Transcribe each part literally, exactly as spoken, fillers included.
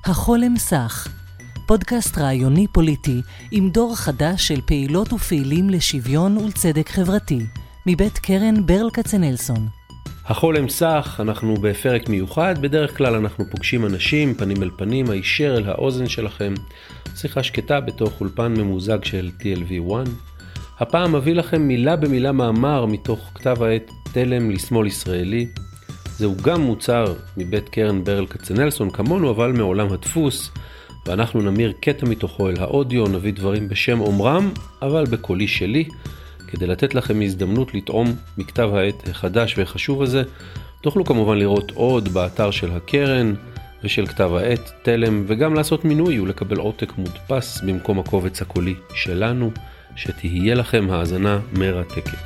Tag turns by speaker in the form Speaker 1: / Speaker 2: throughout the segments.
Speaker 1: החולם סך, פודקאסט רעיוני פוליטי עם דור חדש של פעילות ופעילים לשוויון ולצדק חברתי, מבית קרן ברל כצנלסון.
Speaker 2: החולם סך, אנחנו בפרק מיוחד, בדרך כלל אנחנו פוגשים אנשים פנים אל פנים, הישר אל האוזן שלכם, שיחה שקטה בתוך אולפן ממוזג של טי אל וי אחת. הפעם מביא לכם מילה במילה מאמר מתוך כתב העת תלם לשמאל ישראלי. זהו גם מוצר מבית קרן ברל כצנלסון כמונו, אבל מעולם הדפוס, ואנחנו נמיר קטע מתוכו אל האודיו, נביא דברים בשם אומרם, אבל בקולי שלי, כדי לתת לכם הזדמנות לטעום מכתב העת החדש והחשוב הזה. תוכלו כמובן לראות עוד באתר של הקרן ושל כתב העת תלם, וגם לעשות מינוי ולקבל עותק מודפס במקום הקובץ הקולי שלנו. שתהיה לכם האזנה מרתקת.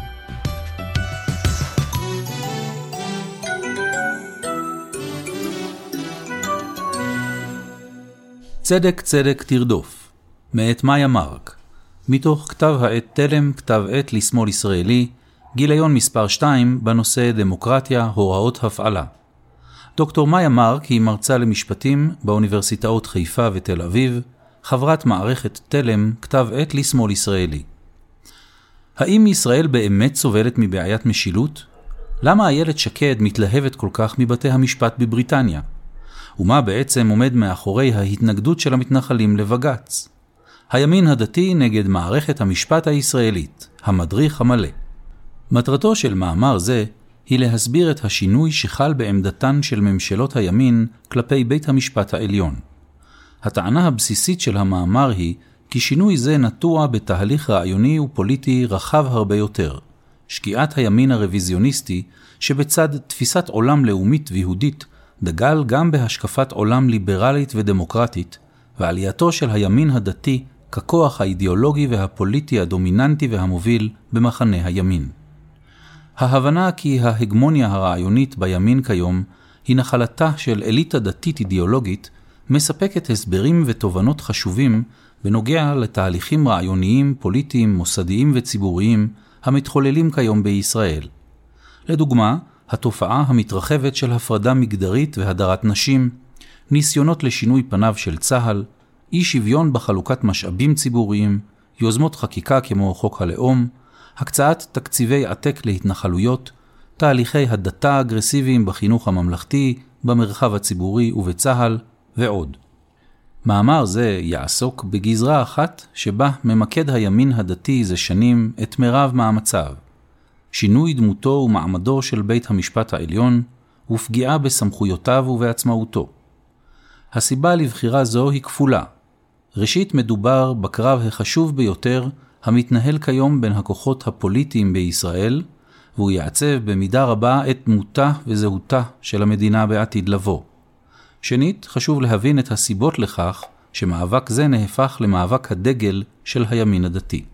Speaker 3: צדק צדק תרדוף, מאת מאיה מרק, מתוך כתב העת תלם, כתב עת לשמאל ישראלי, גיליון מספר שתיים, בנושא דמוקרטיה, הוראות הפעלה. דוקטור מאיה מרק היא מרצה למשפטים באוניברסיטאות חיפה ותל אביב, חברת מערכת תלם, כתב עת לשמאל ישראלי. האם ישראל באמת סובלת מבעיית משילות? למה איילת שקד מתלהבת כל כך מבתי המשפט בבריטניה? ומה בעצם עומד מאחורי ההתנגדות של המתנחלים לבג"ץ? הימין הדתי נגד מערכת המשפט הישראלית, המדריך המלא. מטרתו של מאמר זה היא להסביר את השינוי שחל בעמדתן של ממשלות הימין כלפי בית המשפט העליון. הטענה הבסיסית של המאמר היא כי שינוי זה נטוע בתהליך רעיוני ופוליטי רחב הרבה יותר. שקיעת הימין הרוויזיוניסטי שבצד תפיסת עולם לאומית ויהודית דגל גם בהשקפת עולם ליברלית ודמוקרטית, ועלייתו של הימין הדתי ככוח האידיאולוגי והפוליטי הדומיננטי והמוביל במחנה הימין. ההבנה כי ההגמוניה הרעיונית בימין כיום היא נחלתה של אליטה דתית אידיאולוגית מספקת הסברים ותובנות חשובים בנוגע לתהליכים רעיוניים, פוליטיים, מוסדיים וציבוריים המתחוללים כיום בישראל. לדוגמה, התופעה המתרחבת של הפרדה מגדרית והדרת נשים, ניסיונות לשינוי פניו של צה"ל, אי שוויון בחלוקת משאבים ציבוריים, יוזמות חקיקה כמו חוק הלאום, הקצאת תקציבי עתק להתנחלויות, תהליכי הדתה אגרסיביים בחינוך הממלכתי, במרחב הציבורי ובצה"ל, ועוד. מאמר זה יעסוק בגזרה אחת שבה ממקד הימין הדתי זה שנים את מרב מאמציו. שינוי דמותו ומעמדו של בית המשפט העליון ופגיעה בסמכויותיו ובעצמאותו. הסיבה לבחירה זו היא כפולה. ראשית, מדובר בקרב החשוב ביותר המתנהל כיום בין הכוחות הפוליטיים בישראל, והוא יעצב במידה רבה את דמותה וזהותה של המדינה בעתיד לבוא. שנית, חשוב להבין את הסיבות לכך שמאבק זה נהפך למאבק הדגל של הימין הדתי.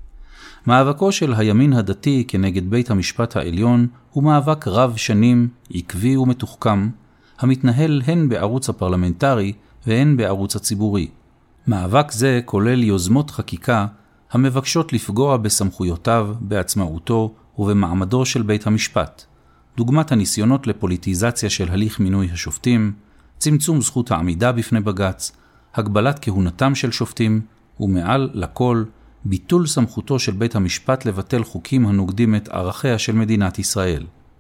Speaker 3: מאבקו של הימין הדתי כנגד בית המשפט העליון הוא מאבק רב שנים, עקבי ומתוחכם, המתנהל הן בערוץ הפרלמנטרי והן בערוץ הציבורי. מאבק זה כולל יוזמות חקיקה המבקשות לפגוע בסמכויותיו, בעצמאותו ובמעמדו של בית המשפט. דוגמת הניסיונות לפוליטיזציה של הליך מינוי השופטים, צמצום זכות העמידה בפני בג"ץ, הגבלת כהונתם של שופטים, ומעל לכל, ביטול סמכותו של בית המשפט לבטל חוקים הנוגדים את ערכיה של מדינת ישראל.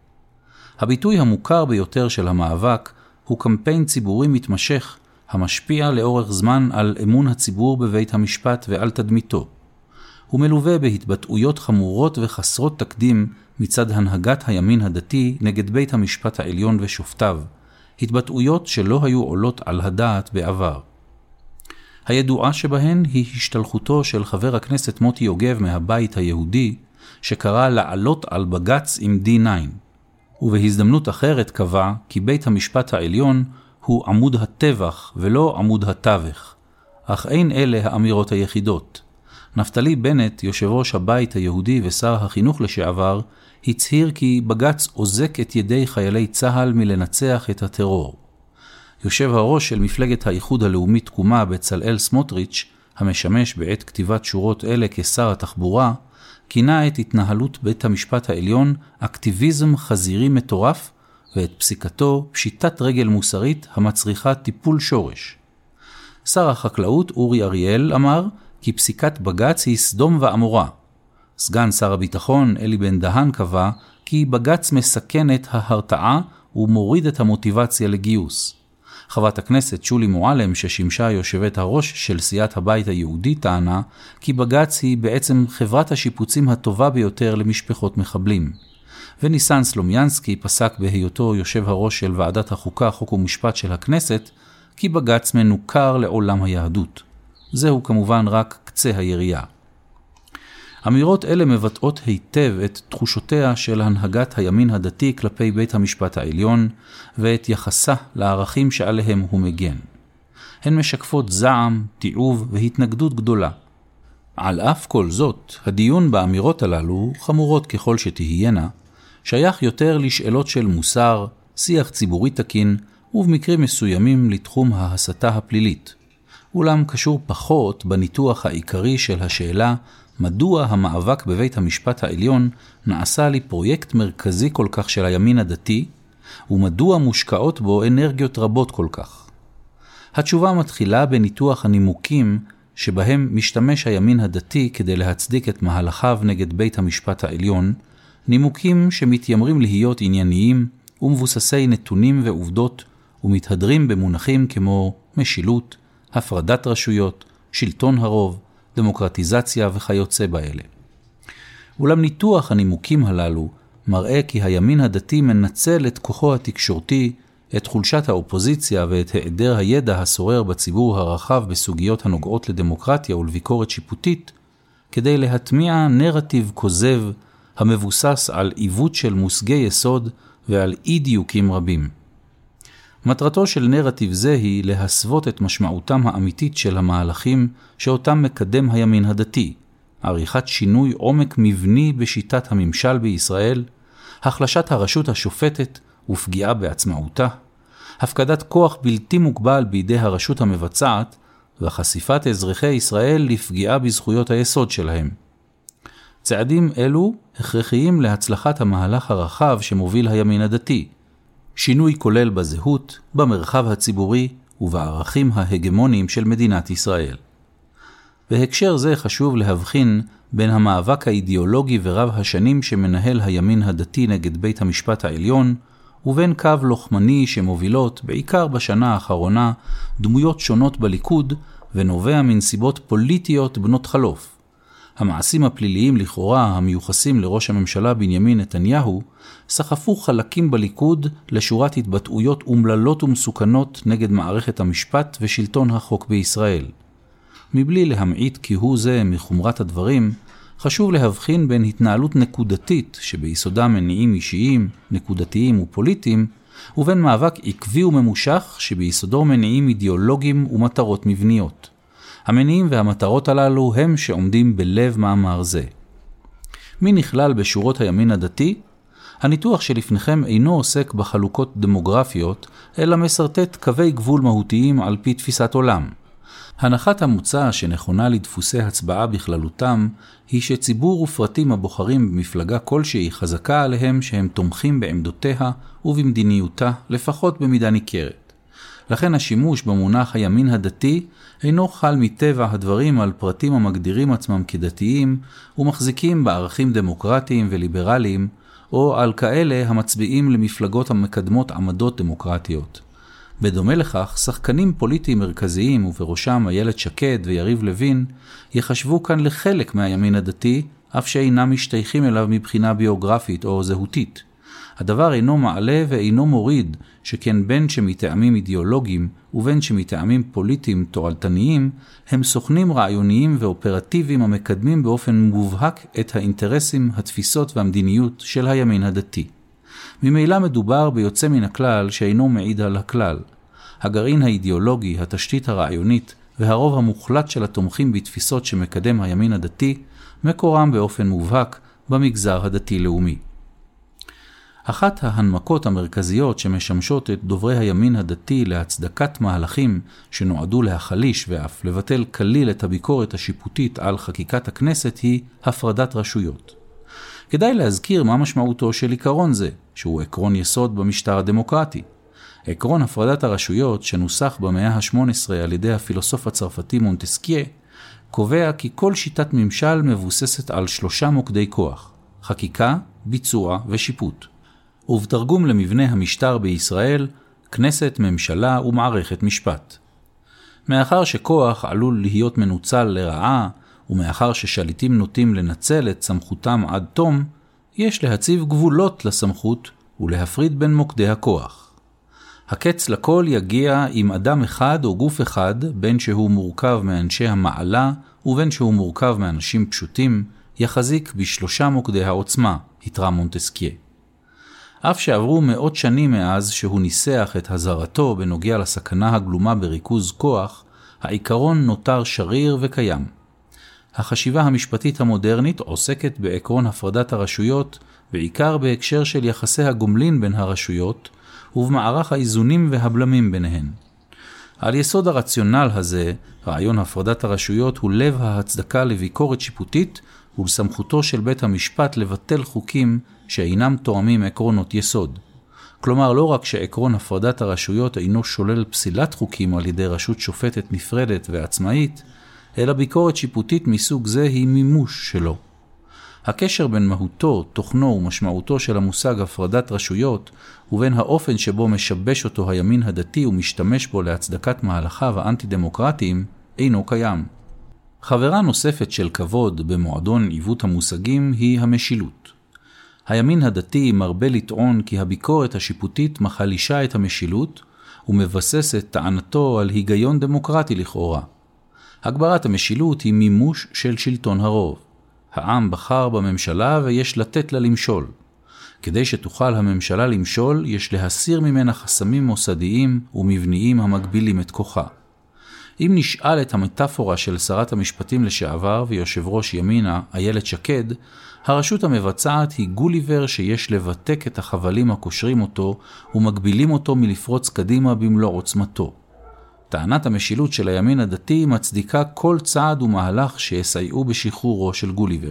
Speaker 3: הביטוי המוכר ביותר של המאבק הוא קמפיין ציבורי מתמשך, המשפיע לאורך זמן על אמון הציבור בבית המשפט ועל תדמיתו. הוא מלווה בהתבטאויות חמורות וחסרות תקדים מצד הנהגת הימין הדתי נגד בית המשפט העליון ושופטיו, התבטאויות שלא היו עולות על הדעת בעבר. הידועה שבהן היא השתלחותו של חבר הכנסת מוטי יוגב מהבית היהודי, שקרא לעלות על בג"ץ עם די ניין, ובהזדמנות אחרת קבע כי בית המשפט העליון הוא עמוד הטבח ולא עמוד התווך, אך אין אלה האמירות היחידות. נפתלי בנט, יושב ראש הבית היהודי ושר החינוך לשעבר, הצהיר כי בג"ץ עוזק את ידי חיילי צה"ל מלנצח את הטרור. יושב הראש של מפלגת האיחוד הלאומי תקומה בצלאל סמוטריץ', המשמש בעת כתיבת שורות אלה כשר התחבורה, כינה את התנהלות בית המשפט העליון אקטיביזם חזירי מטורף ואת פסיקתו פשיטת רגל מוסרית המצריכה טיפול שורש. שר החקלאות אורי אריאל אמר כי פסיקת בג"ץ היא סדום ועמורה. סגן שר הביטחון אלי בן דהן קבע כי בג"ץ מסכן את ההרתעה ומוריד את המוטיבציה לגיוס. חברת הכנסת שולי מועלם, ששימשה יושבת הראש של סיעת הבית היהודי, טענה כי בג"ץ היא בעצם חברת השיפוצים הטובה ביותר למשפחות מחבלים. וניסן סלומיאנסקי פסק בהיותו יושב הראש של ועדת החוקה, חוק ומשפט של הכנסת, כי בג"ץ מנוכר לעולם היהדות. זהו כמובן רק קצה היריעה. אמירות אלה מבטאות היטב את תחושותיה של הנהגת הימין הדתי כלפי בית המשפט העליון ואת יחסה לערכים שעליהם הוא מגן. הן משקפות זעם, תיעוב והתנגדות גדולה. על אף כל זאת, הדיון באמירות הללו, חמורות ככל שתהיינה, שייך יותר לשאלות של מוסר, שיח ציבורי תקין ובמקרים מסוימים לתחום ההסתה הפלילית. אולם קשור פחות בניתוח העיקרי של השאלה מדוע המאבק בבית המשפט העליון נעשה לי פרויקט מרכזי כל כך של הימין הדתי, ומדוע מושקעות בו אנרגיות רבות כל כך. התשובה מתחילה בניתוח הנימוקים שבהם משתמש הימין הדתי כדי להצדיק את מהלכיו נגד בית המשפט העליון, נימוקים שמתיימרים להיות ענייניים ומבוססי נתונים ועובדות, ומתהדרים במונחים כמו משילות, הפרדת רשויות, שלטון הרוב, דמוקרטיזציה וכיוצא באלה. אולם ניתוח הנימוקים הללו מראה כי הימין הדתי מנצל את כוחו התקשורתי, את חולשת האופוזיציה ואת היעדר הידע השורר בציבור הרחב בסוגיות הנוגעות לדמוקרטיה ולביקורת שיפוטית, כדי להטמיע נרטיב כוזב המבוסס על עיוות של מושגי יסוד ועל אי דיוקים רבים. מטרתו של נרטיב זה היא להסוות את משמעותם האמיתית של המהלכים שאותם מקדם הימין הדתי, עריכת שינוי עומק מבני בשיטת הממשל בישראל, החלשת הרשות השופטת ופגיעה בעצמאותה, הפקדת כוח בלתי מוגבל בידי הרשות המבצעת, וחשיפת אזרחי ישראל לפגיעה בזכויות היסוד שלהם. צעדים אלו הכרחיים להצלחת המהלך הרחב שמוביל הימין הדתי, שינוי כולל בזהות, במרחב הציבורי ובערכים ההגמוניים של מדינת ישראל. בהקשר זה חשוב להבחין בין המאבק האידיאולוגי ורב השנים שמנהל הימין הדתי נגד בית המשפט העליון, ובין קו לוחמני שמובילות, בעיקר בשנה האחרונה, דמויות שונות בליכוד ונובע מנסיבות פוליטיות בנות חלוף. המעשים הפליליים לכאורה המיוחסים לראש הממשלה בנימין נתניהו סחפו חלקים בליכוד לשורת התבטאויות אומללות ומסוכנות נגד מערכת המשפט ושלטון החוק בישראל. מבלי להמעיט כהוא זה מחומרת הדברים, חשוב להבחין בין התנהלות נקודתית שביסודה מניעים אישיים, נקודתיים ופוליטיים, ובין מאבק עקבי וממושך שביסודו מניעים אידיאולוגיים ומטרות מבניות. המניעים והמטרות הללו הם שעומדים בלב מאמר זה. מי נכלל בשורות הימין הדתי? הניתוח שלפניכם אינו עוסק בחלוקות דמוגרפיות, אלא מסרטט קווי גבול מהותיים על פי תפיסת עולם. הנחת המוצא שנכונה לדפוסי הצבעה בכללותם, היא שציבור ופרטים הבוחרים במפלגה כלשהי חזקה עליהם שהם תומכים בעמדותיה ובמדיניותה, לפחות במידה ניכרת. לכן השימוש במונח הימין הדתי אינו חל מטבע הדברים על פרטים המגדירים עצמם כדתיים ומחזיקים בערכים דמוקרטיים וליברליים, או על כאלה המצביעים למפלגות המקדמות עמדות דמוקרטיות. בדומה לכך, שחקנים פוליטיים מרכזיים, ובראשם איילת שקד ויריב לוין, יחשבו כאן לחלק מהימין הדתי, אף שאינם משתייכים אליו מבחינה ביוגרפית או זהותית. הדבר אינו מעלה ואינו מוריד, שכן בין שמטעמים אידיאולוגיים ובין שמטעמים פוליטיים תועלתניים, הם סוכנים רעיוניים ואופרטיביים המקדמים באופן מובהק את האינטרסים, התפיסות והמדיניות של הימין הדתי. ממילא מדובר ביוצא מן הכלל שאינו מעיד על הכלל. הגרעין האידיאולוגי, התשתית הרעיונית והרוב המוחלט של התומכים בתפיסות שמקדם הימין הדתי, מקורם באופן מובהק במגזר הדתי-לאומי. אחת ההנמקות המרכזיות שמשמשות את דוברי הימין הדתי להצדקת מהלכים שנועדו להחליש ואף לבטל כליל את הביקורת השיפוטית על חקיקת הכנסת היא הפרדת רשויות. כדאי להזכיר מה משמעותו של עיקרון זה, שהוא עקרון יסוד במשטר הדמוקרטי. עקרון הפרדת הרשויות שנוסח במאה ה-שמונה עשרה על ידי הפילוסוף הצרפתי מונטסקיה, קובע כי כל שיטת ממשל מבוססת על שלושה מוקדי כוח, חקיקה, ביצוע ושיפוט. ובתרגום למבנה המשטר בישראל, כנסת, ממשלה ומערכת משפט. מאחר שכוח עלול להיות מנוצל לרעה, ומאחר ששליטים נוטים לנצל את סמכותם עד תום, יש להציב גבולות לסמכות ולהפריד בין מוקדי הכוח. הקץ לכל יגיע עם אדם אחד או גוף אחד, בין שהוא מורכב מאנשי המעלה ובין שהוא מורכב מאנשים פשוטים, יחזיק בשלושה מוקדי העוצמה, התרא מונטסקיה. אף שעברו מאות שנים מאז שהוא ניסח את הזהרתו בנוגע לסכנה הגלומה בריכוז כוח, העיקרון נותר שריר וקיים. החשיבה המשפטית המודרנית עוסקת בעקרון הפרדת הרשויות, בעיקר בהקשר של יחסי הגומלין בין הרשויות, ובמערך האיזונים והבלמים ביניהן. על יסוד הרציונל הזה, רעיון הפרדת הרשויות הוא לב ההצדקה לביקורת שיפוטית ולסמכותו של בית המשפט לבטל חוקים שאינם תואמים עקרונות יסוד. כלומר, לא רק שעקרון הפרדת הרשויות אינו שולל פסילת חוקים על ידי רשות שופטת נפרדת ועצמאית, אלא ביקורת שיפוטית מסוג זה היא מימוש שלו. הקשר בין מהותו, תוכנו ומשמעותו של המושג הפרדת רשויות, ובין האופן שבו משבש אותו הימין הדתי ומשתמש בו להצדקת מהלכיו האנטי-דמוקרטיים, אינו קיים. חברה נוספת של כבוד במועדון עיוות המושגים היא המשילות. הימין הדתי מרבה לטעון כי הביקורת השיפוטית מחלישה את המשילות, ומבססת טענתו על היגיון דמוקרטי לכאורה. הגברת המשילות היא מימוש של שלטון הרוב. העם בחר בממשלה ויש לתת לה למשול. כדי שתוכל הממשלה למשול, יש להסיר ממנה חסמים מוסדיים ומבניים המגבילים את כוחה. אם נשאל את המטאפורה של שרת המשפטים לשעבר ויושב ראש ימינה, איילת שקד, הרשות המבצעת היא גוליבר שיש לבטק את החבלים הקושרים אותו ומגבילים אותו מלפרוץ קדימה במלוא עוצמתו. טענת המשילות של הימין הדתי מצדיקה כל צעד ומהלך שיסייעו בשחרורו של גוליבר.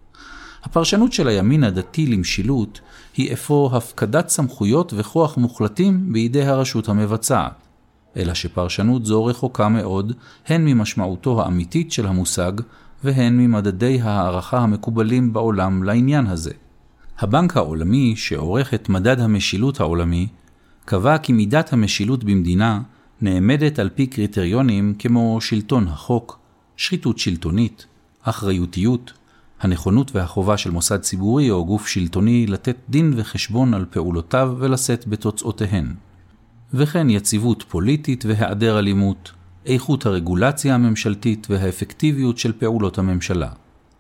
Speaker 3: הפרשנות של הימין הדתי למשילות היא אפוא הפקדת סמכויות וכוח מוחלטים בידי הרשות המבצעת, אלא שפרשנות זו רחוקה מאוד הן ממשמעותו האמיתית של המושג והן ממדדי הערכה המקובלים בעולם לעניין הזה. הבנק העולמי שעורך את מדד המשילות העולמי קבע כי מידת המשילות במדינה נעמדת על פי קריטריונים כמו שלטון החוק, שחיתות שלטונית, אחריותיות, הנכונות והחובה של מוסד ציבורי או גוף שלטוני לתת דין וחשבון על פעולותיו ולשאת בתוצאותיהן, וכן יציבות פוליטית והיעדר אלימות, איכות הרגולציה הממשלתית והאפקטיביות של פעולות הממשלה.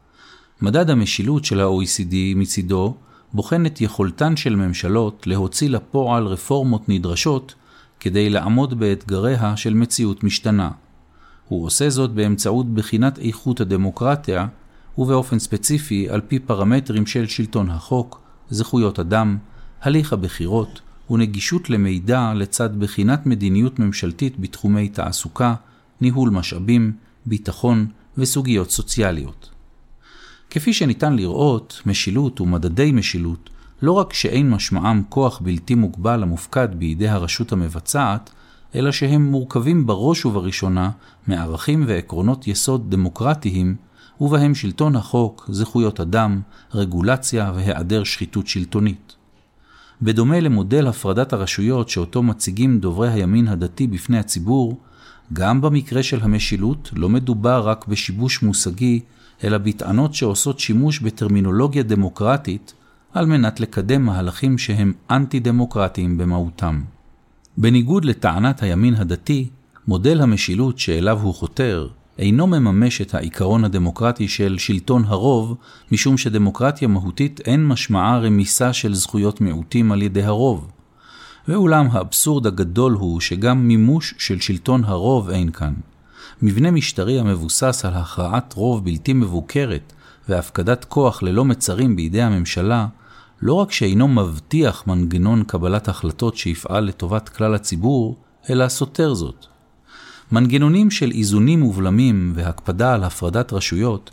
Speaker 3: מדד המשילות של ה-או אי סי די מצידו בוחן את יכולתן של ממשלות להוציא לפועל רפורמות נדרשות כדי לעמוד באתגריה של מציאות משתנה. הוא עושה זאת באמצעות בחינת איכות הדמוקרטיה, ובאופן ספציפי על פי פרמטרים של שלטון החוק, זכויות אדם, הליך הבחירות ונגישות למידע לצד בחינת מדיניות ממשלתית בתחומי תעסוקה, ניהול משאבים, ביטחון וסוגיות סוציאליות. כפי שניתן לראות, משילות ומדדי משילות לא רק שאין משמעם כוח בלתי מוגבל המופקד בידי הרשות המבצעת, אלא שהם מורכבים בראש ובראשונה מערכים ועקרונות יסוד דמוקרטיים, ובהם שלטון החוק, זכויות אדם, רגולציה והיעדר שחיתות שלטונית. בדומה למודל הפרדת הרשויות שאותו מציגים דוברי הימין הדתי בפני הציבור, גם במקרה של המשילות לא מדובר רק בשיבוש מושגי, אלא בטענות שעושות שימוש בטרמינולוגיה דמוקרטית, על מנת לקדם מהלכים שהם אנטי-דמוקרטיים במהותם. בניגוד לטענת הימין הדתי, מודל המשילות שאליו הוא חותר, אינו מממש את העיקרון הדמוקרטי של שלטון הרוב, משום שדמוקרטיה מהותית אין משמעה רמיסה של זכויות מיעוטים על ידי הרוב. ואולם האבסורד הגדול הוא שגם מימוש של שלטון הרוב אין כאן. מבנה משטרי המבוסס על הכרעת רוב בלתי מבוקרת והפקדת כוח ללא מצרים בידי הממשלה, לא רק שאינו מבטיח מנגנון קבלת החלטות שיפעל לטובת כלל הציבור, אלא סותר זאת. מנגנונים של איזונים ובלמים והקפדה על הפרדת רשויות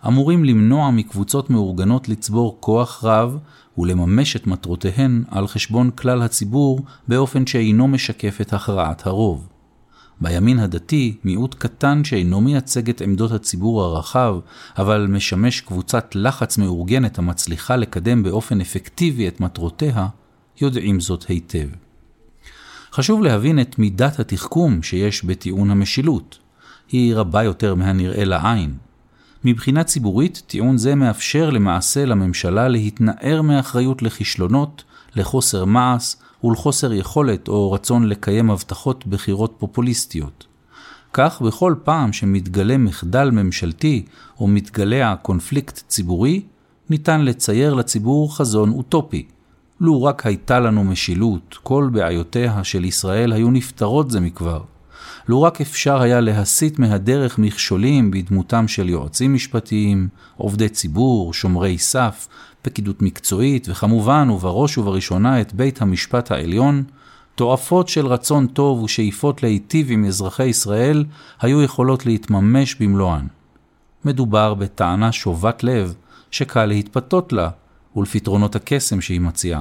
Speaker 3: אמורים למנוע מקבוצות מאורגנות לצבור כוח רב ולממש את מטרותיהן על חשבון כלל הציבור באופן שאינו משקף את הכרעת הרוב. בימין הדתי, מיעוט קטן שאינו מייצג את עמדות הציבור הרחב, אבל משמש קבוצת לחץ מאורגנת המצליחה לקדם באופן אפקטיבי את מטרותיה, יודעים זאת היטב. חשוב להבין את מידת התחכום שיש בטיעון המשילות. היא רבה יותר מהנראה לעין. מבחינה ציבורית, טיעון זה מאפשר למעשה לממשלה להתנער מאחריות לכישלונות, לחוסר מעש ולחוסר יכולת או רצון לקיים הבטחות בחירות פופוליסטיות. כך בכל פעם שמתגלה מחדל ממשלתי או מתגלה קונפליקט ציבורי, ניתן לצייר לציבור חזון אוטופי. לו רק הייתה לנו משילות, כל בעיותיה של ישראל היו נפתרות זה מכבר. לו רק אפשר היה להסיט מהדרך מכשולים בדמותם של יועצים משפטיים, עובדי ציבור, שומרי סף, פקידות מקצועית, וכמובן ובראש ובראשונה את בית המשפט העליון, תועפות של רצון טוב ושאיפות להיטיב עם אזרחי ישראל היו יכולות להתממש במלואן. מדובר בטענה שובת לב שקל להתפתות לה ולפתרונות הקסם שהיא מציעה.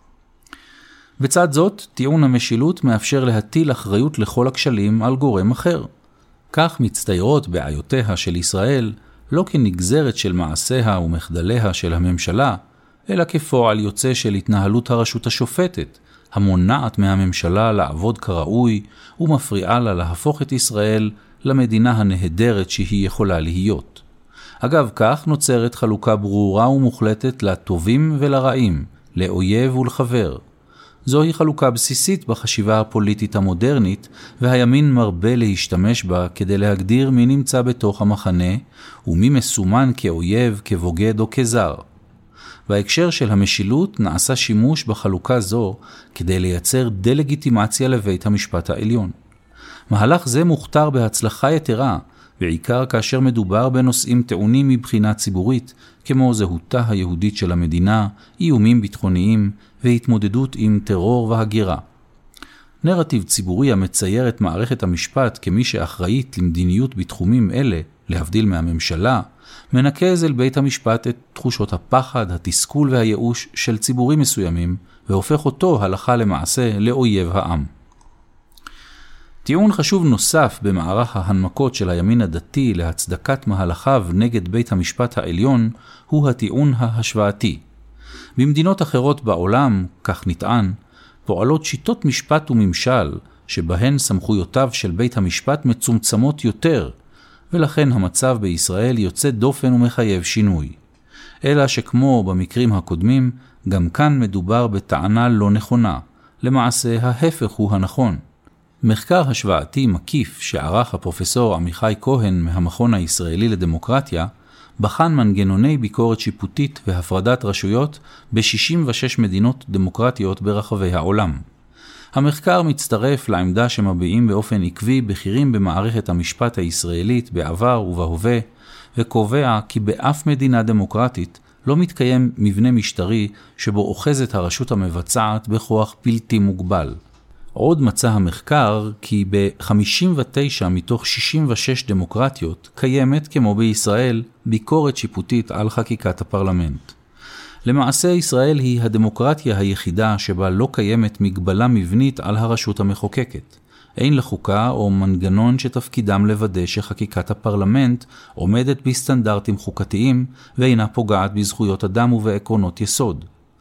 Speaker 3: בצד זאת, טיעון המשילות מאפשר להטיל אחריות לכל הכשלים על גורם אחר. כך מצטיירות בעיותיה של ישראל לא כנגזרת של מעשיה ומחדליה של הממשלה, אלא כפועל יוצא של התנהלות הרשות השופטת, המונעת מהממשלה לעבוד כראוי ומפריעה לה להפוך את ישראל למדינה הנהדרת שהיא יכולה להיות. אגב כך נוצרת חלוקה ברורה ומוחלטת לטובים ולרעים, לאויב ולחבר. זוהי חלוקה בסיסית בחשיבה הפוליטית המודרנית, והימין מרבה להשתמש בה כדי להגדיר מי נמצא בתוך המחנה, ומי מסומן כאויב, כבוגד או כזר. בהקשר של המשילות נעשה שימוש בחלוקה זו כדי לייצר דלגיטימציה לבית המשפט העליון. מהלך זה מוכתר בהצלחה יתרה, בעיקר כאשר מדובר בנושאים טעונים מבחינה ציבורית, כמו זהותה היהודית של המדינה, איומים ביטחוניים והתמודדות עם טרור והגירה. נרטיב ציבורי המצייר את מערכת המשפט כמי שאחראית למדיניות בתחומים אלה, להבדיל מהממשלה, מנקז אל בית המשפט את תחושות הפחד, התסכול והייאוש של ציבורים מסוימים, והופך אותו הלכה למעשה לאויב העם. טיעון חשוב נוסף במערך ההנמקות של הימין הדתי להצדקת מהלכיו נגד בית המשפט העליון הוא הטיעון ההשוואתי. במדינות אחרות בעולם, כך נטען, פועלות שיטות משפט וממשל שבהן סמכויותיו של בית המשפט מצומצמות יותר, ולכן המצב בישראל יוצא דופן ומחייב שינוי. אלא שכמו במקרים הקודמים, גם כאן מדובר בטענה לא נכונה. למעשה ההפך הוא הנכון. מחקר השוואתי מקיף שערך הפרופסור עמיחי כהן מהמכון הישראלי לדמוקרטיה, בחן מנגנוני ביקורת שיפוטית והפרדת רשויות ב-שישים ושש מדינות דמוקרטיות ברחבי העולם. המחקר מצטרף לעמדה שמביעים באופן עקבי בכירים במערכת המשפט הישראלית בעבר ובהווה, וקובע כי באף מדינה דמוקרטית לא מתקיים מבנה משטרי שבו אוחזת הרשות המבצעת בכוח בלתי מוגבל. עוד מצא המחקר כי ב-חמישים ותשע מתוך שישים ושש דמוקרטיות קיימת כמו בישראל ביקורת שיפוטית על חקיקת הפרלמנט. למעשה ישראל היא הדמוקרטיה היחידה שבה לא קיימת מגבלה מבנית על הרשות המחוקקת. אין לחוקה או מנגנון שתפקידם לוודא שחקיקת הפרלמנט עומדת בסטנדרטים חוקתיים ואינה פוגעת בזכויות אדם ובעקרונות יסוד.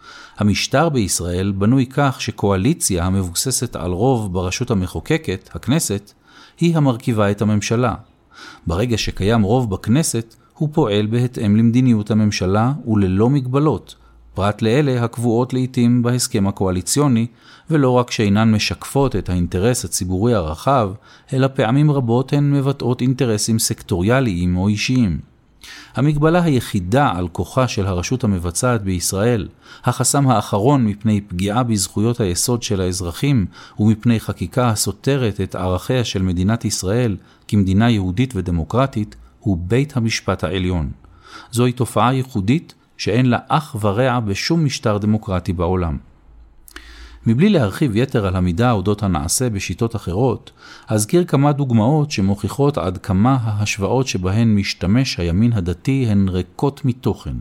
Speaker 3: המשטר בישראל בנוי כך שקואליציה המבוססת על רוב ברשות המחוקקת, הכנסת, היא המרכיבה את הממשלה. ברגע שקיים רוב בכנסת, הוא פועל בהתאם למדיניות הממשלה וללא מגבלות, פרט לאלה הקבועות לעתים בהסכם הקואליציוני, ולא רק שאינן משקפות את האינטרס הציבורי הרחב, אלא פעמים רבות הן מבטאות אינטרסים סקטוריאליים או אישיים. המגבלה היחידה על כוחה של הרשות המבצעת בישראל, החסם האחרון מפני פגיעה בזכויות היסוד של האזרחים ומפני חקיקה הסותרת את ערכיה של מדינת ישראל כמדינה יהודית ודמוקרטית, הוא בית המשפט העליון. זוהי תופעה ייחודית שאין לה אח ורע בשום משטר דמוקרטי בעולם. מבלי להרחיב יתר על המידה אודות הנעשה בשיטות אחרות, אזכיר כמה דוגמאות שמוכיחות עד כמה ההשוואות שבהן משתמש הימין הדתי הן ריקות מתוכן.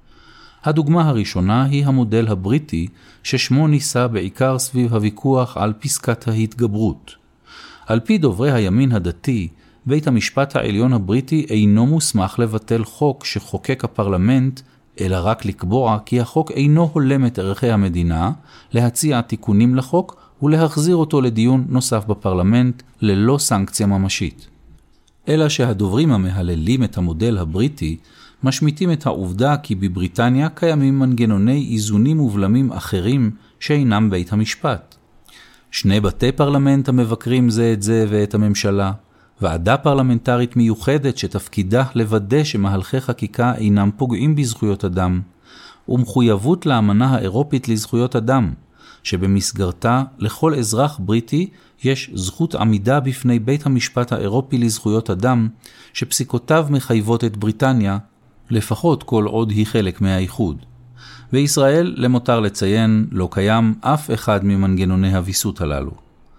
Speaker 3: הדוגמה הראשונה היא המודל הבריטי, ששמו ניסה בעיקר סביב הוויכוח על פסקת ההתגברות. על פי דוברי הימין הדתי, בית המשפט העליון הבריטי אינו מוסמך לבטל חוק שחוקק הפרלמנט, אלא רק לקבוע כי החוק אינו הולם את ערכי המדינה, להציע תיקונים לחוק ולהחזיר אותו לדיון נוסף בפרלמנט ללא סנקציה ממשית. אלא שהדוברים המהללים את המודל הבריטי משמיטים את העובדה כי בבריטניה קיימים מנגנוני איזונים ובלמים אחרים שאינם בית המשפט. שני בתי פרלמנט המבקרים זה את זה ואת הממשלה, ועדה פרלמנטרית מיוחדת שתפקידה לוודא שמהלכי חקיקה אינם פוגעים בזכויות אדם, ומחויבות לאמנה האירופית לזכויות אדם, שבמסגרתה לכל אזרח בריטי יש זכות עמידה בפני בית המשפט האירופי לזכויות אדם, שפסיקותיו מחייבות את בריטניה, לפחות כל עוד היא חלק מהאיחוד. בישראל, למותר לציין, לא קיים אף אחד ממנגנוני הוויסות הללו.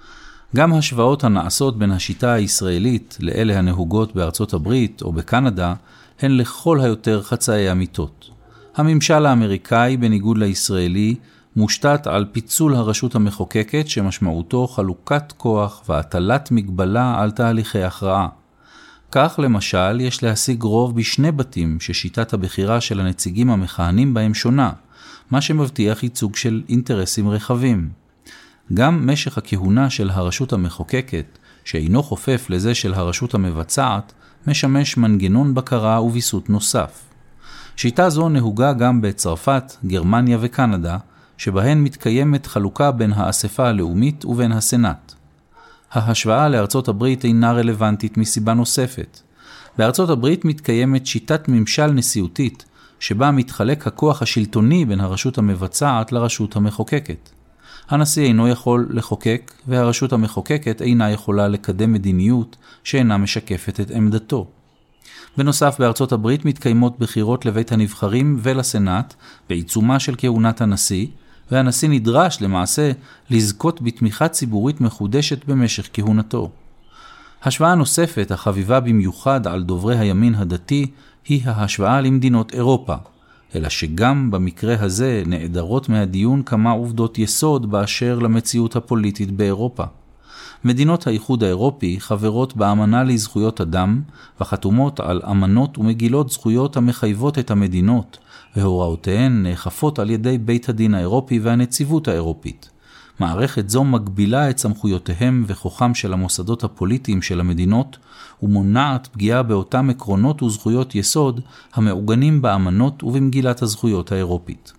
Speaker 3: גם השוואות הנעשות בין השיטה הישראלית לאלה הנהוגות בארצות הברית או בקנדה, הן לכל היותר חצאי אמיתות. הממשל האמריקאי, בניגוד לישראלי, מושתת על פיצול הרשות המחוקקת שמשמעותו חלוקת כוח והטלת מגבלה על תהליכי הכרעה. כך למשל יש להשיג רוב בשני בתים ששיטת הבחירה של הנציגים המכהנים בהם שונה, מה שמבטיח ייצוג של אינטרסים רחבים. גם משך הכהונה של הרשות המחוקקת, שאינו חופף לזה של הרשות המבצעת, משמש מנגנון בקרה וביסות נוסף. שיטה זו נהוגה גם בצרפת, גרמניה וקנדה, שבהן מתקיימת חלוקה בין האספה הלאומית ובין הסנאט. ההשוואה לארצות הברית אינה רלוונטית מסיבה נוספת. בארצות הברית מתקיימת שיטת ממשל נשיאותית, שבה מתחלק הכוח השלטוני בין הרשות המבצעת לרשות המחוקקת. הנשיא אינו יכול לחוקק, והרשות המחוקקת אינה יכולה לקדם מדיניות שאינה משקפת את עמדתו. בנוסף, בארצות הברית מתקיימות בחירות לבית הנבחרים ולסנאט בעיצומה של כהונת הנשיא, והנשיא נדרש למעשה לזכות בתמיכה ציבורית מחודשת במשך כהונתו. השוואה נוספת החביבה במיוחד על דוברי הימין הדתי היא ההשוואה למדינות אירופה, אלא שגם במקרה הזה נעדרות מהדיון כמה עובדות יסוד באשר למציאות הפוליטית באירופה. מדינות האיחוד האירופי חברות באמנה לזכויות אדם וחתומות על אמנות ומגילות זכויות המחייבות את המדינות, והוראותיהן נאכפות על ידי בית הדין האירופי והנציבות האירופית. מערכת זו מגבילה את סמכויותיהם וכוחם של המוסדות הפוליטיים של המדינות, ומונעת פגיעה באותם עקרונות וזכויות יסוד המעוגנים באמנות ובמגילת הזכויות האירופית.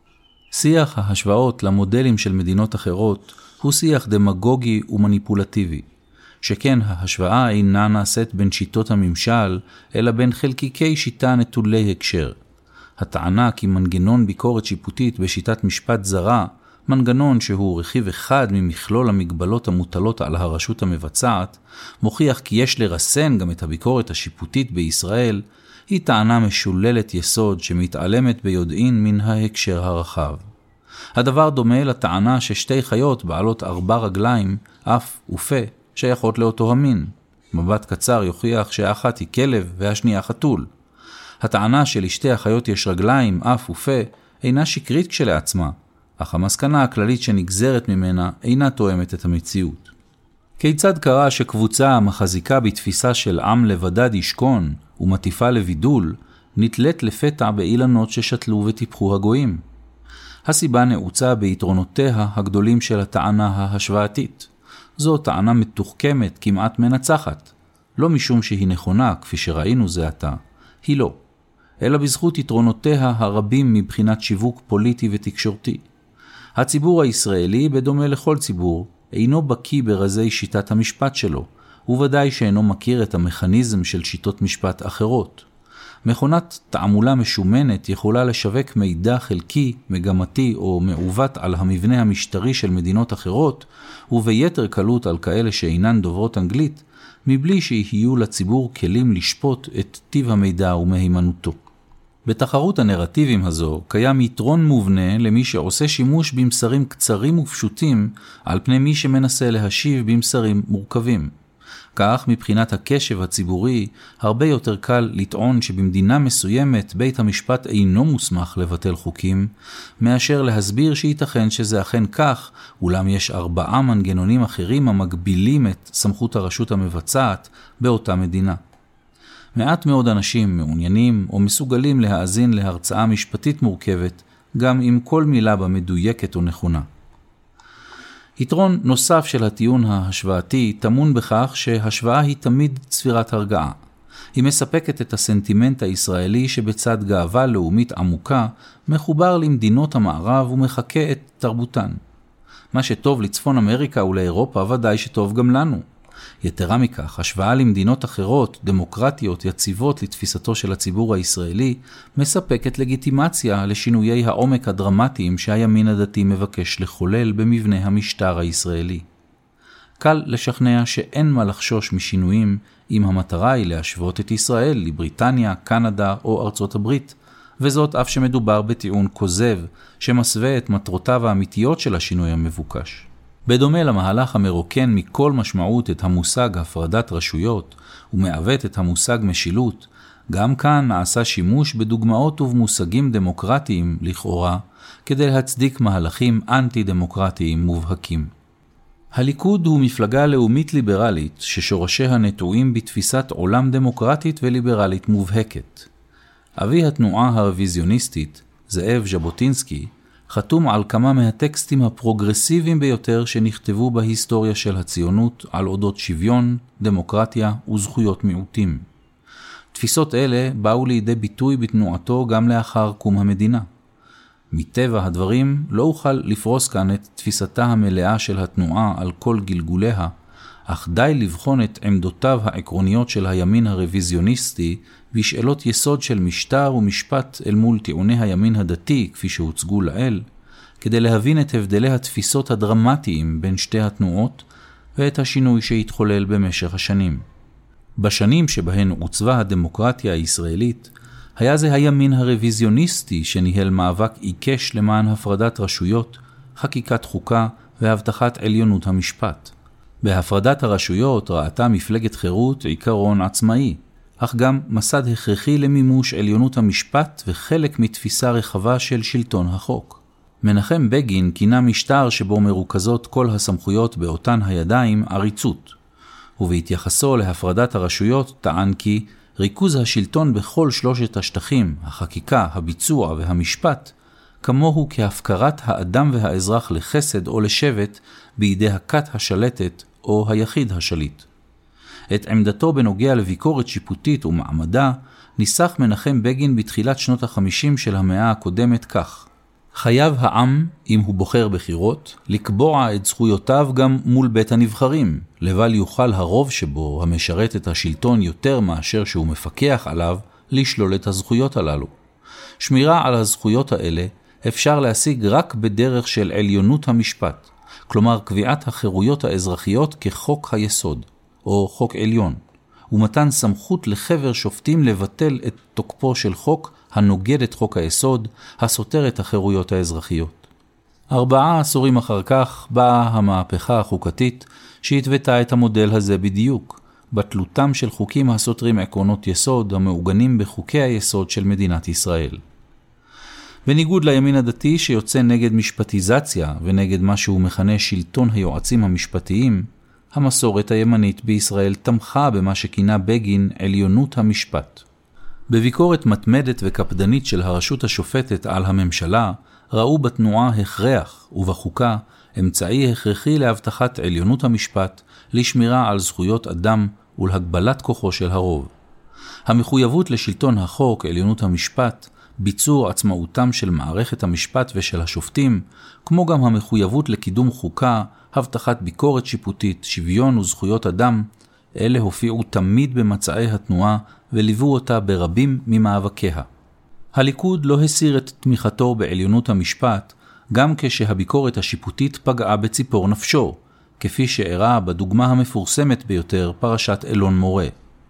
Speaker 3: שיח ההשוואות למודלים של מדינות אחרות הוא שיח דמגוגי ומניפולטיבי, שכן ההשוואה אינה נעשית בין שיטות הממשל, אלא בין חלקיקי שיטה נטולי הקשר. הטענה כי מנגנון ביקורת שיפוטית בשיטת משפט זרה, מנגנון שהוא רכיב אחד ממכלול המגבלות המוטלות על הרשות המבצעת, מוכיח כי יש לרסן גם את הביקורת השיפוטית בישראל, היא טענה משוללת יסוד שמתעלמת ביודעין מן ההקשר הרחב. הדבר דומה לטענה ששתי חיות בעלות ארבע רגליים, אף ופה, שייכות לאותו המין. מבט קצר יוכיח שהאחת היא כלב והשנייה חתול. הטענה שלשתי החיות יש רגליים, אף ופה, אינה שקרית כשלעצמה, אך המסקנה הכללית שנגזרת ממנה אינה תואמת את המציאות. כיצד קרה שקבוצה המחזיקה בתפיסה של עם לבדד ישכון ומטיפה לבידול, נתלת לפתע באילנות ששתלו וטיפחו הגויים? הסיבה נעוצה ביתרונותיה הגדולים של הטענה ההשוואתית. זו טענה מתוחכמת כמעט מנצחת. לא משום שהיא נכונה, כפי שראינו זה עתה, היא לא. אלא בזכות יתרונותיה הרבים מבחינת שיווק פוליטי ותקשורתי. הציבור הישראלי, בדומה לכל ציבור, אינו בקיא ברזי שיטת המשפט שלו, וודאי שאינו מכיר את המכניזם של שיטות משפט אחרות. מכונת תעמולה משומנת יכולה לשווק מידע חלקי, מגמתי או מעוות על המבנה המשטרי של מדינות אחרות, וביתר קלות על כאלה שאינן דוברות אנגלית, מבלי שיהיו לציבור כלים לשפוט את טיב המידע ומהימנותו. בתחרות הנרטיבים הזו קיים יתרון מובנה למי שעושה שימוש במסרים קצרים ופשוטים על פני מי שמנסה להשיב במסרים מורכבים. כך מבחינת הקשב הציבורי הרבה יותר קל לטעון שבמדינה מסוימת בית המשפט אינו מוסמך לבטל חוקים, מאשר להסביר שייתכן שזה אכן כך, אולם יש ארבעה מנגנונים אחרים המגבילים את סמכות הרשות המבצעת באותה מדינה. מעט מאוד אנשים מעוניינים או מסוגלים להאזין להרצאה משפטית מורכבת, גם אם כל מילה בה מדויקת או נכונה. יתרון נוסף של הטיעון ההשוואתי טמון בכך שהשוואה היא תמיד צפירת הרגעה. היא מספקת את הסנטימנט הישראלי שבצד גאווה לאומית עמוקה מחובר למדינות המערב ומחכה את תרבותן. מה שטוב לצפון אמריקה ולאירופה ודאי שטוב גם לנו. יתרה מכך, השוואה למדינות אחרות, דמוקרטיות, יציבות לתפיסתו של הציבור הישראלי, מספקת לגיטימציה לשינויי העומק הדרמטיים שהימין הדתי מבקש לחולל במבנה המשטר הישראלי. קל לשכנע שאין מה לחשוש משינויים אם המטרה היא להשוות את ישראל לבריטניה, קנדה או ארצות הברית, וזאת אף שמדובר בטיעון כוזב שמסווה את מטרותיו האמיתיות של השינוי המבוקש. בדומה למהלך המרוקן מכל משמעות את המושג הפרדת רשויות ומעוות את המושג משילות, גם כאן נעשה שימוש בדוגמאות ובמושגים דמוקרטיים לכאורה כדי להצדיק מהלכים אנטי-דמוקרטיים מובהקים. הליכוד הוא מפלגה לאומית ליברלית ששורשיה נטועים בתפיסת עולם דמוקרטית וליברלית מובהקת. אבי התנועה הרוויזיוניסטית, זאב ז'בוטינסקי, חתום על כמה מהטקסטים הפרוגרסיביים ביותר שנכתבו בהיסטוריה של הציונות על אודות שוויון, דמוקרטיה וזכויות מיעוטים. תפיסות אלה באו לידי ביטוי בתנועתו גם לאחר קום המדינה. מטבע הדברים לא אוכל לפרוס כאן את תפיסתה המלאה של התנועה על כל גלגוליה, אך די לבחון את עמדותיו העקרוניות של הימין הרוויזיוניסטי בשאלות יסוד של משטר ומשפט אל מול טיעוני הימין הדתי כפי שהוצגו לאל, כדי להבין את הבדלי התפיסות הדרמטיים בין שתי התנועות ואת השינוי שהתחולל במשך השנים. בשנים שבהן עוצבה הדמוקרטיה הישראלית, היה זה הימין הרוויזיוניסטי שניהל מאבק עיקש למען הפרדת רשויות, חקיקת חוקה והבטחת עליונות המשפט. בהפרדת הרשויות ראתה מפלגת חירות עיקרון עצמאי, אך גם מסד הכרחי למימוש עליונות המשפט וחלק מתפיסה רחבה של שלטון החוק. מנחם בגין כינה משטר שבו מרוכזות כל הסמכויות באותן הידיים עריצות, ובהתייחסו להפרדת הרשויות טען כי ריכוז השלטון בכל שלושת השטחים, החקיקה, הביצוע והמשפט, כמוהו כהפקרת האדם והאזרח לחסד או לשבט בידי הכת השלטת או היחיד השליט. את עמדתו בנוגע לביקורת שיפוטית ומעמדה ניסח מנחם בגין בתחילת שנות החמישים של המאה הקודמת כך: חייב העם, אם הוא בוחר בחירות, לקבוע את זכויותיו גם מול בית הנבחרים, לבל יוכל הרוב שבו המשרת את השלטון יותר מאשר שהוא מפקח עליו, לשלול את הזכויות הללו. שמירה על הזכויות האלה אפשר להשיג רק בדרך של עליונות המשפט, כלומר קביעת החירויות האזרחיות כחוק היסוד, או חוק עליון, ומתן סמכות לחבר שופטים לבטל את תוקפו של חוק הנוגד את חוק היסוד, הסותר את החירויות האזרחיות. ארבעה עשורים אחר כך באה המהפכה החוקתית שהתוותה את המודל הזה בדיוק, בתלותם של חוקים הסותרים עקרונות יסוד המעוגנים בחוקי היסוד של מדינת ישראל. בניגוד לימין הדתי שיוצא נגד משפטיזציה ונגד מה שהוא מכנה שלטון היועצים המשפטיים, המסורת הימנית בישראל תמכה במה שכינה בגין עליונות המשפט. בביקורת מתמדת וקפדנית של הרשות השופטת על הממשלה, ראו בתנועה הכרח ובחוקה אמצעי הכרחי להבטחת עליונות המשפט, לשמירה על זכויות אדם ולהגבלת כוחו של הרוב. המחויבות לשלטון החוק, עליונות המשפט, ביצור עצמאותם של מערכת המשפט ושל השופטים, כמו גם המחויבות לקידום חוקה, הבטחת ביקורת שיפוטית, שוויון וזכויות אדם, אלה הופיעו תמיד במצעי התנועה וליוו אותה ברבים ממאבקיה. הליכוד לא הסיר את תמיכתו בעליונות המשפט, גם כשהביקורת השיפוטית פגעה בציפור נפשו, כפי שאירע בדוגמה המפורסמת ביותר, פרשת אלון מורה.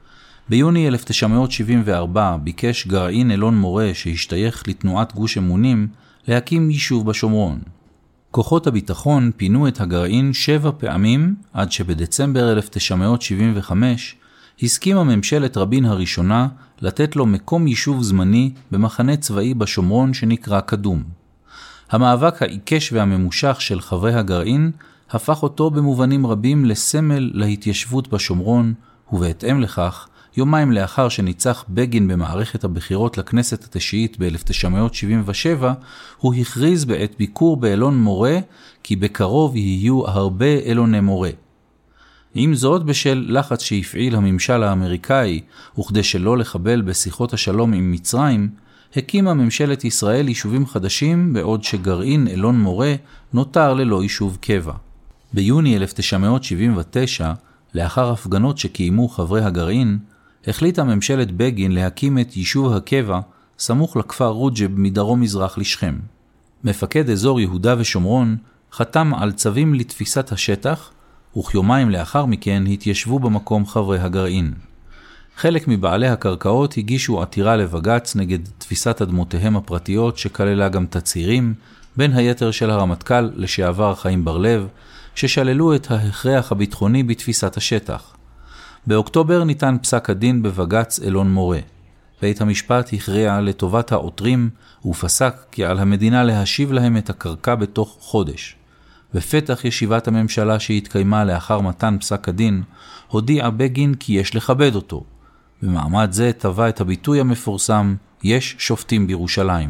Speaker 3: ביוני אלף תשע מאות שבעים וארבע ביקש גרעין אלון מורה שהשתייך לתנועת גוש אמונים להקים יישוב בשומרון. כוחות הביטחון פינו את הגרעין שבע פעמים עד שבדצמבר אלף תשע מאות שבעים וחמש הסכימה ממשלת רבין הראשונה לתת לו מקום יישוב זמני במחנה צבאי בשומרון שנקרא קדום. המאבק העיקש והממושך של חברי הגרעין הפך אותו במובנים רבים לסמל להתיישבות בשומרון, ובהתאם לכך, יומיים לאחר שניצח בגין במערכת הבחירות לכנסת התשיעית ב-אלף תשע מאות שבעים ושבע, הוא הכריז בעת ביקור באלון מורה כי בקרוב יהיו הרבה אלוני מורה. עם זאת, בשל לחץ שהפעיל הממשל האמריקאי, וכדי שלא לחבל בשיחות השלום עם מצרים, הקימה ממשלת ישראל יישובים חדשים, בעוד שגרעין אלון מורה נותר ללא יישוב קבע. ביוני אלף תשע מאות שבעים ותשע, לאחר הפגנות שקיימו חברי הגרעין, החליטה ממשלת בגין להקים את יישוב הקבע סמוך לכפר רוג'ב מדרום מזרח לשכם. מפקד אזור יהודה ושומרון חתם על צווים לתפיסת השטח, וכיומיים לאחר מכן התיישבו במקום חברי הגרעין. חלק מבעלי הקרקעות הגישו עתירה לבג"ץ נגד תפיסת אדמותיהם הפרטיות שכללה גם תצהירים, בין היתר של הרמטכ"ל לשעבר חיים בר-לב, ששללו את ההכרח הביטחוני בתפיסת השטח. באוקטובר ניתן פסק הדין בבג"ץ אלון מורה. בית המשפט הכריע לטובת העותרים ופסק כי על המדינה להשיב להם את הקרקע בתוך חודש. בפתח ישיבת הממשלה שהתקיימה לאחר מתן פסק הדין, הודיע בגין כי יש לכבד אותו. במעמד זה טבע את הביטוי המפורסם, יש שופטים בירושלים.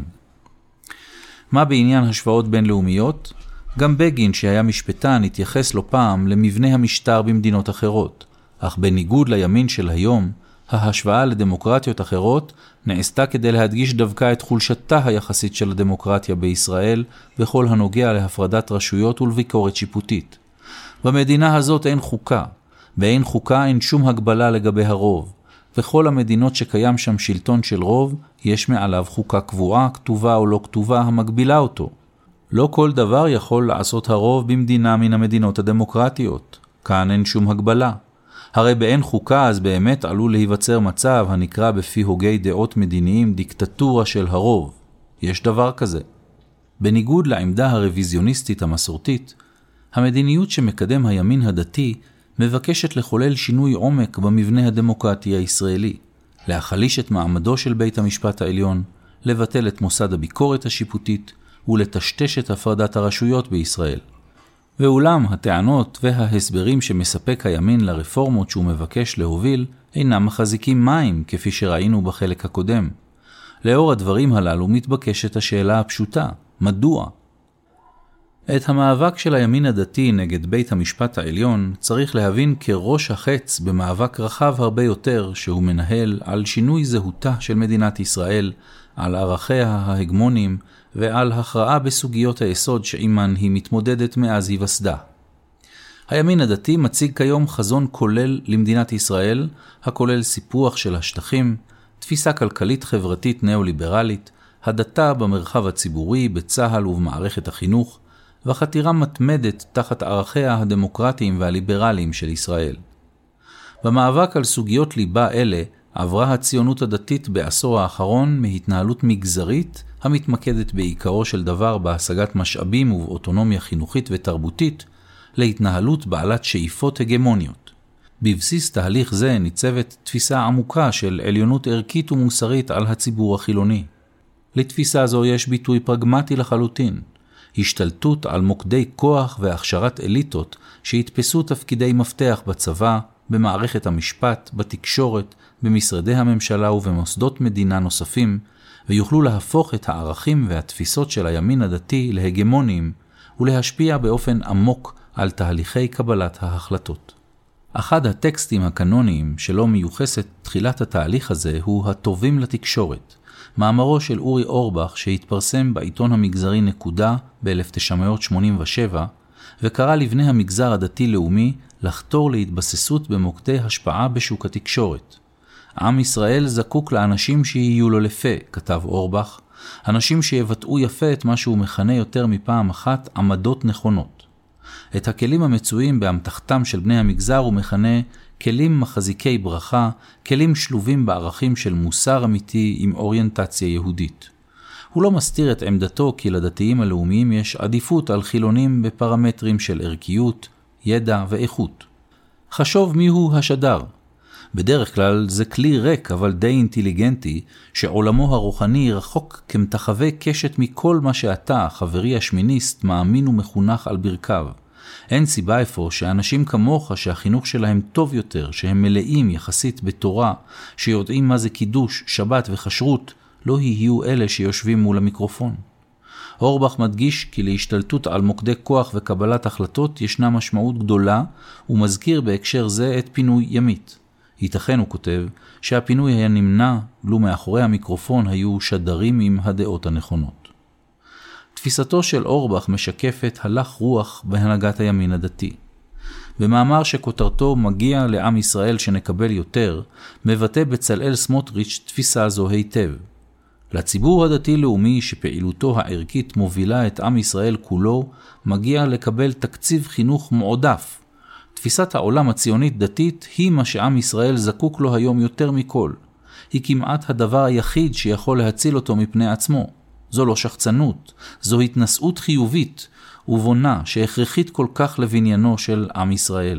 Speaker 3: מה בעניין השוואות בינלאומיות? גם בגין שהיה משפטן התייחס לו פעם למבנה המשטר במדינות אחרות, אך בניגוד לימין של היום, ההשוואה לדמוקרטיות אחרות נעשתה כדי להדגיש דווקא את חולשתה היחסית של הדמוקרטיה בישראל בכל הנוגע להפרדת רשויות ולביקורת שיפוטית. במדינה הזאת אין חוקה, באין חוקה אין שום הגבלה לגבי הרוב, וכל המדינות שקיים שם שלטון של רוב, יש מעליו חוקה קבועה, כתובה או לא כתובה, המגבילה אותו. לא כל דבר יכול לעשות הרוב במדינה מן המדינות הדמוקרטיות. כאן אין שום הגבלה. הרי באין חוקה אז באמת עלול להיווצר מצב הנקרא בפי הוגי דעות מדיניים דיקטטורה של הרוב. יש דבר כזה. בניגוד לעמדה הרוויזיוניסטית המסורתית, המדיניות שמקדם הימין הדתי מבקשת לחולל שינוי עומק במבנה הדמוקרטי הישראלי, להחליש את מעמדו של בית המשפט העליון, לבטל את מוסד הביקורת השיפוטית ולטשטש את הפרדת הרשויות בישראל. ואולם הטענות וההסברים שמספק הימין לרפורמות שהוא מבקש להוביל אינם מחזיקים מים כפי שראינו בחלק הקודם. לאור הדברים הללו מתבקשת השאלה הפשוטה, מדוע? את המאבק של הימין הדתי נגד בית המשפט העליון צריך להבין כראש החץ במאבק רחב הרבה יותר שהוא מנהל על שינוי זהותה של מדינת ישראל, על ערכיה ההגמוניים ועל הכרעה בסוגיות היסוד שעימן היא מתמודדת מאז היווסדה. הימין הדתי מציג כיום חזון כולל למדינת ישראל, הכולל סיפוח של השטחים, תפיסה כלכלית חברתית נאו-ליברלית, הדתה במרחב הציבורי, בצהל ובמערכת החינוך, וחתירה מתמדת תחת ערכיה הדמוקרטיים והליברליים של ישראל. במאבק על סוגיות ליבה אלה עברה הציונות הדתית בעשור האחרון מהתנהלות מגזרית המתמקדת בעיקרו של דבר בהשגת משאבים ובאוטונומיה חינוכית ותרבותית להתנהלות בעלת שאיפות הגמוניות. בבסיס תהליך זה ניצבת תפיסה עמוקה של עליונות ערכית ומוסרית על הציבור החילוני. לתפיסה זו יש ביטוי פרגמטי לחלוטין, השתלטות על מוקדי כוח והכשרת אליטות שהתפסו תפקידי מפתח בצבא, במערכת המשפט, בתקשורת, במשרדי הממשלה ובמוסדות מדינה נוספים, ויוכלו להפוך את הערכים והתפיסות של הימין הדתי להגמוניים ולהשפיע באופן עמוק על תהליכי קבלת ההחלטות. אחד הטקסטים הקנוניים שלו מיוחסת תחילת התהליך הזה הוא הטובים לתקשורת, מאמרו של אורי אורבך שהתפרסם בעיתון המגזרי נקודה ב-אלף תשע מאות שמונים ושבע, וקרא לבני המגזר הדתי-לאומי לחתור להתבססות במוקדי השפעה בשוק התקשורת. עם ישראל זקוק לאנשים שיהיו לו לפה, כתב אורבך, אנשים שיבטאו יפה את מה שהוא מכנה יותר מפעם אחת עמדות נכונות. את הכלים המצויים באמתחתם של בני המגזר הוא מכנה כלים מחזיקי ברכה, כלים שלובים בערכים של מוסר אמיתי עם אוריינטציה יהודית. הוא לא מסתיר את עמדתו כי לדתיים הלאומיים יש עדיפות על חילונים בפרמטרים של ערכיות, ידע ואיכות. חשוב מיהו השדר. בדרך כלל זה כלי ריק אבל די אינטליגנטי, שעולמו הרוחני רחוק כמתחווה קשת מכל מה שאתה, חברי השמיניסט, מאמין ומחונך על ברכיו. אין סיבה איפה שאנשים כמוך שהחינוך שלהם טוב יותר, שהם מלאים יחסית בתורה, שיודעים מה זה קידוש, שבת וחשרות, לא יהיו אלה שיושבים מול המיקרופון. אורבך מדגיש כי להשתלטות על מוקדי כוח וקבלת החלטות ישנה משמעות גדולה, ומזכיר בהקשר זה את פינוי ימית. ייתכן, הוא כותב, שהפינוי היה נמנע לו מאחורי המיקרופון היו שדרים עם הדעות הנכונות. תפיסתו של אורבך משקפת הלך רוח בהנהגת הימין הדתי. במאמר שכותרתו מגיע לעם ישראל שנקבל יותר, מבטא בצלאל סמוטריץ' תפיסה זו היטב. לציבור הדתי-לאומי שפעילותו הערכית מובילה את עם ישראל כולו, מגיע לקבל תקציב חינוך מועדף. תפיסת העולם הציונית דתית היא מה שעם ישראל זקוק לו היום יותר מכל. היא כמעט הדבר היחיד שיכול להציל אותו מפני עצמו. זו לא שחצנות, זו התנשאות חיובית ובונה שהכרחית כל כך לבניינו של עם ישראל.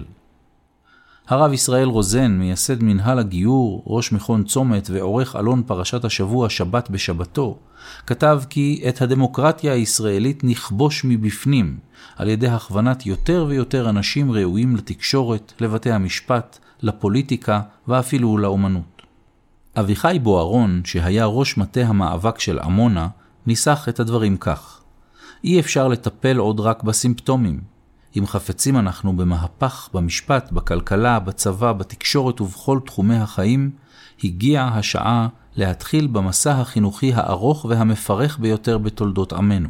Speaker 3: הרב ישראל רוזן, מייסד מנהל הגיור, ראש מכון צומת ועורך אלון פרשת השבוע שבת בשבתו, כתב כי את הדמוקרטיה הישראלית נכבוש מבפנים, על ידי הכוונת יותר ויותר אנשים ראויים לתקשורת, לבתי המשפט, לפוליטיקה ואפילו לאומנות. אביחי בוארון, שהיה ראש מטה המאבק של עמונה, ניסח את הדברים כך: אי אפשר לטפל עוד רק בסימפטומים. אם חפצים אנחנו במהפך, במשפט, בכלכלה, בצבא, בתקשורת ובכל תחומי החיים, הגיעה השעה להתחיל במסע החינוכי הארוך והמפרך ביותר בתולדות עמנו.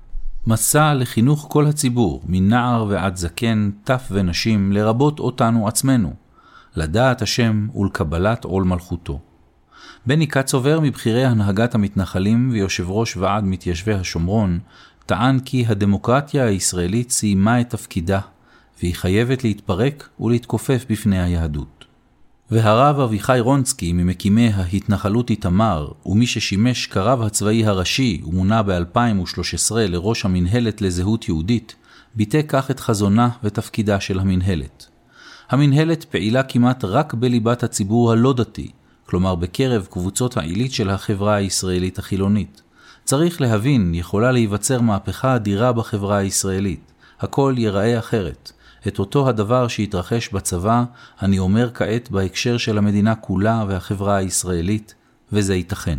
Speaker 3: מסע לחינוך כל הציבור, מנער ועד זקן, טף ונשים, לרבות אותנו עצמנו, לדעת השם ולקבלת עול מלכותו. בני קצובר, מבחירי הנהגת המתנחלים ויושב ראש ועד מתיישבי השומרון, טען כי הדמוקרטיה הישראלית סיימה את תפקידה, והיא חייבת להתפרק ולהתכופף בפני היהדות. והרב אביחי רונסקי, ממקימי ההתנחלות איתמר, ומי ששימש כרב הצבאי הראשי ומונה ב-אלפיים ושלוש עשרה לראש המנהלת לזהות יהודית, ביטא כך את חזונה ותפקידה של המנהלת. המנהלת פעילה כמעט רק בליבת הציבור הלא דתי, כלומר בקרב קבוצות העילית של החברה הישראלית החילונית. צריך להבין, יכולה להיווצר מהפכה אדירה בחברה הישראלית. הכל ייראה אחרת. את אותו הדבר שהתרחש בצבא, אני אומר כעת בהקשר של המדינה כולה והחברה הישראלית, וזה ייתכן.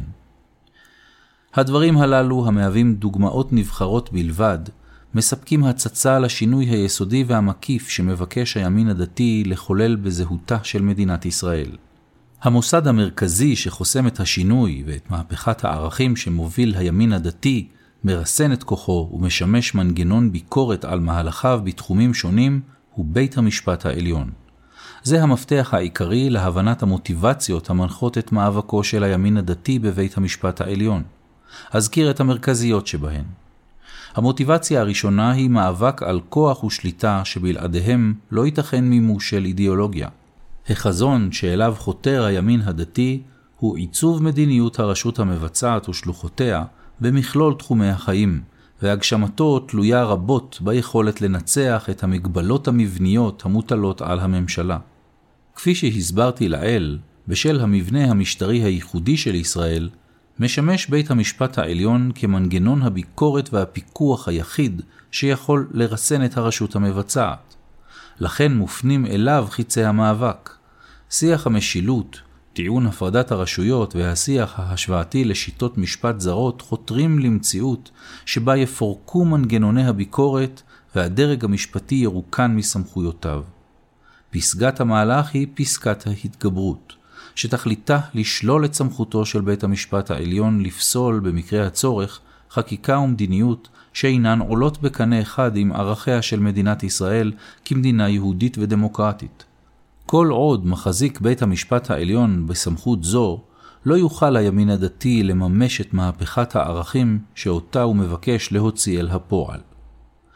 Speaker 3: הדברים הללו, המהווים דוגמאות נבחרות בלבד, מספקים הצצה לשינוי היסודי והמקיף שמבקש הימין הדתי לחולל בזהותה של מדינת ישראל. המוסד המרכזי שחוסם את השינוי ואת מהפכת הערכים שמוביל הימין הדתי, מרסן את כוחו ומשמש מנגנון ביקורת על מהלכיו בתחומים שונים, הוא בית המשפט העליון. זה המפתח העיקרי להבנת המוטיבציות המנחות את מאבקו של הימין הדתי בבית המשפט העליון. אזכיר את המרכזיות שבהן. המוטיבציה הראשונה היא מאבק על כוח ושליטה שבלעדיהם לא ייתכן מימוש של אידיאולוגיה. החזון שאליו חותר הימין הדתי הוא עיצוב מדיניות הרשות המבצעת ושלוחותיה במכלול תחומי החיים, והגשמתו תלויה רבות ביכולת לנצח את המגבלות המבניות המוטלות על הממשלה. כפי שהסברתי לאל, בשל המבנה המשטרי הייחודי של ישראל, משמש בית המשפט העליון כמנגנון הביקורת והפיקוח היחיד שיכול לרסן את הרשות המבצעת. לכן מופנים אליו חיצי המאבק. שיח המשילות, טיעון הפרדת הרשויות והשיח ההשוואתי לשיטות משפט זרות חותרים למציאות שבה יפורקו מנגנוני הביקורת והדרג המשפטי ירוקן מסמכויותיו. פסגת המהלך היא פסקת ההתגברות, שתכליתה לשלול את סמכותו של בית המשפט העליון לפסול במקרה הצורך חקיקה ומדיניות שאינן עולות בקנה אחד עם ערכיה של מדינת ישראל כמדינה יהודית ודמוקרטית. כל עוד מחזיק בית המשפט העליון בסמכות זו, לא יוכל הימין הדתי לממש את מהפכת הערכים שאותה הוא מבקש להוציא אל הפועל.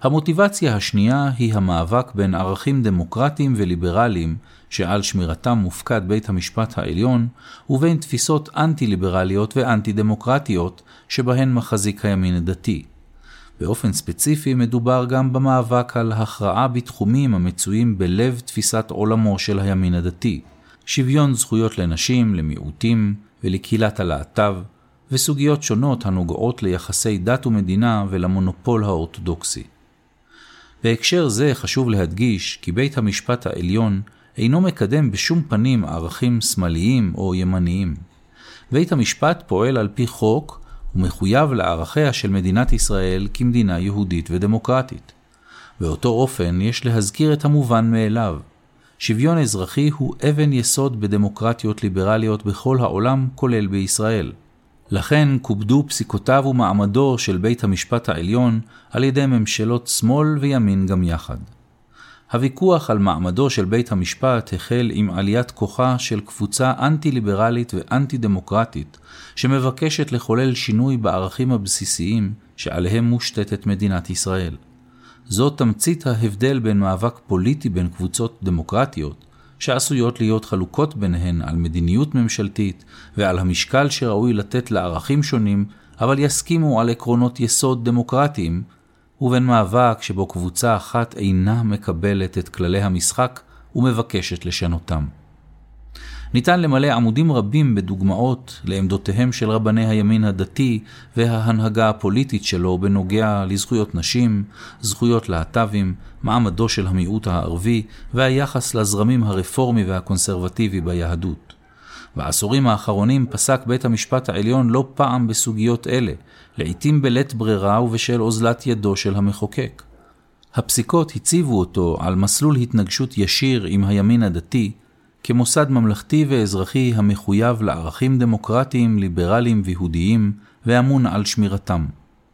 Speaker 3: המוטיבציה השנייה היא המאבק בין ערכים דמוקרטיים וליברליים שעל שמירתם מופקד בית המשפט העליון, ובין תפיסות אנטי-ליברליות ואנטי-דמוקרטיות שבהן מחזיק הימין הדתי. באופן ספציפי מדובר גם במאבק על הכרעה בתחומים המצויים בלב תפיסת עולמו של הימין הדתי, שוויון זכויות לנשים, למיעוטים ולקהילת הלהט"ב, וסוגיות שונות הנוגעות ליחסי דת ומדינה ולמונופול האורתודוקסי. בהקשר זה חשוב להדגיש כי בית המשפט העליון אינו מקדם בשום פנים ערכים שמאליים או ימניים. בית המשפט פועל על פי חוק ומחויב לערכיה של מדינת ישראל כמדינה יהודית ודמוקרטית. באותו אופן יש להזכיר את המובן מאליו. שוויון אזרחי הוא אבן יסוד בדמוקרטיות ליברליות בכל העולם, כולל בישראל. לכן כובדו פסיקותיו ומעמדו של בית המשפט העליון על ידי ממשלות שמאל וימין גם יחד. הוויכוח על מעמדו של בית המשפט החל עם עליית כוחה של קבוצה אנטי-ליברלית ואנטי-דמוקרטית שמבקשת לחולל שינוי בערכים הבסיסיים שעליהם מושתתת מדינת ישראל. זאת תמצית ההבדל בין מאבק פוליטי בין קבוצות דמוקרטיות שעשויות להיות חלוקות ביניהן על מדיניות ממשלתית ועל המשקל שראוי לתת לערכים שונים, אבל יסכימו על עקרונות יסוד דמוקרטיים, ובין מאבק שבו קבוצה אחת אינה מקבלת את כללי המשחק ומבקשת לשנותם. ניתן למלא עמודים רבים בדוגמאות לעמדותיהם של רבני הימין הדתי וההנהגה הפוליטית שלו בנוגע לזכויות נשים, זכויות להט"בים, מעמדו של המיעוט הערבי והיחס לזרמים הרפורמי והקונסרבטיבי ביהדות. בעשורים האחרונים פסק בית המשפט העליון לא פעם בסוגיות אלה, לעתים בלית ברירה ובשל אוזלת ידו של המחוקק. הפסיקות הציבו אותו על מסלול התנגשות ישיר עם הימין הדתי, כמוסד ממלכתי ואזרחי המחויב לערכים דמוקרטיים, ליברליים ויהודיים, ואמון על שמירתם.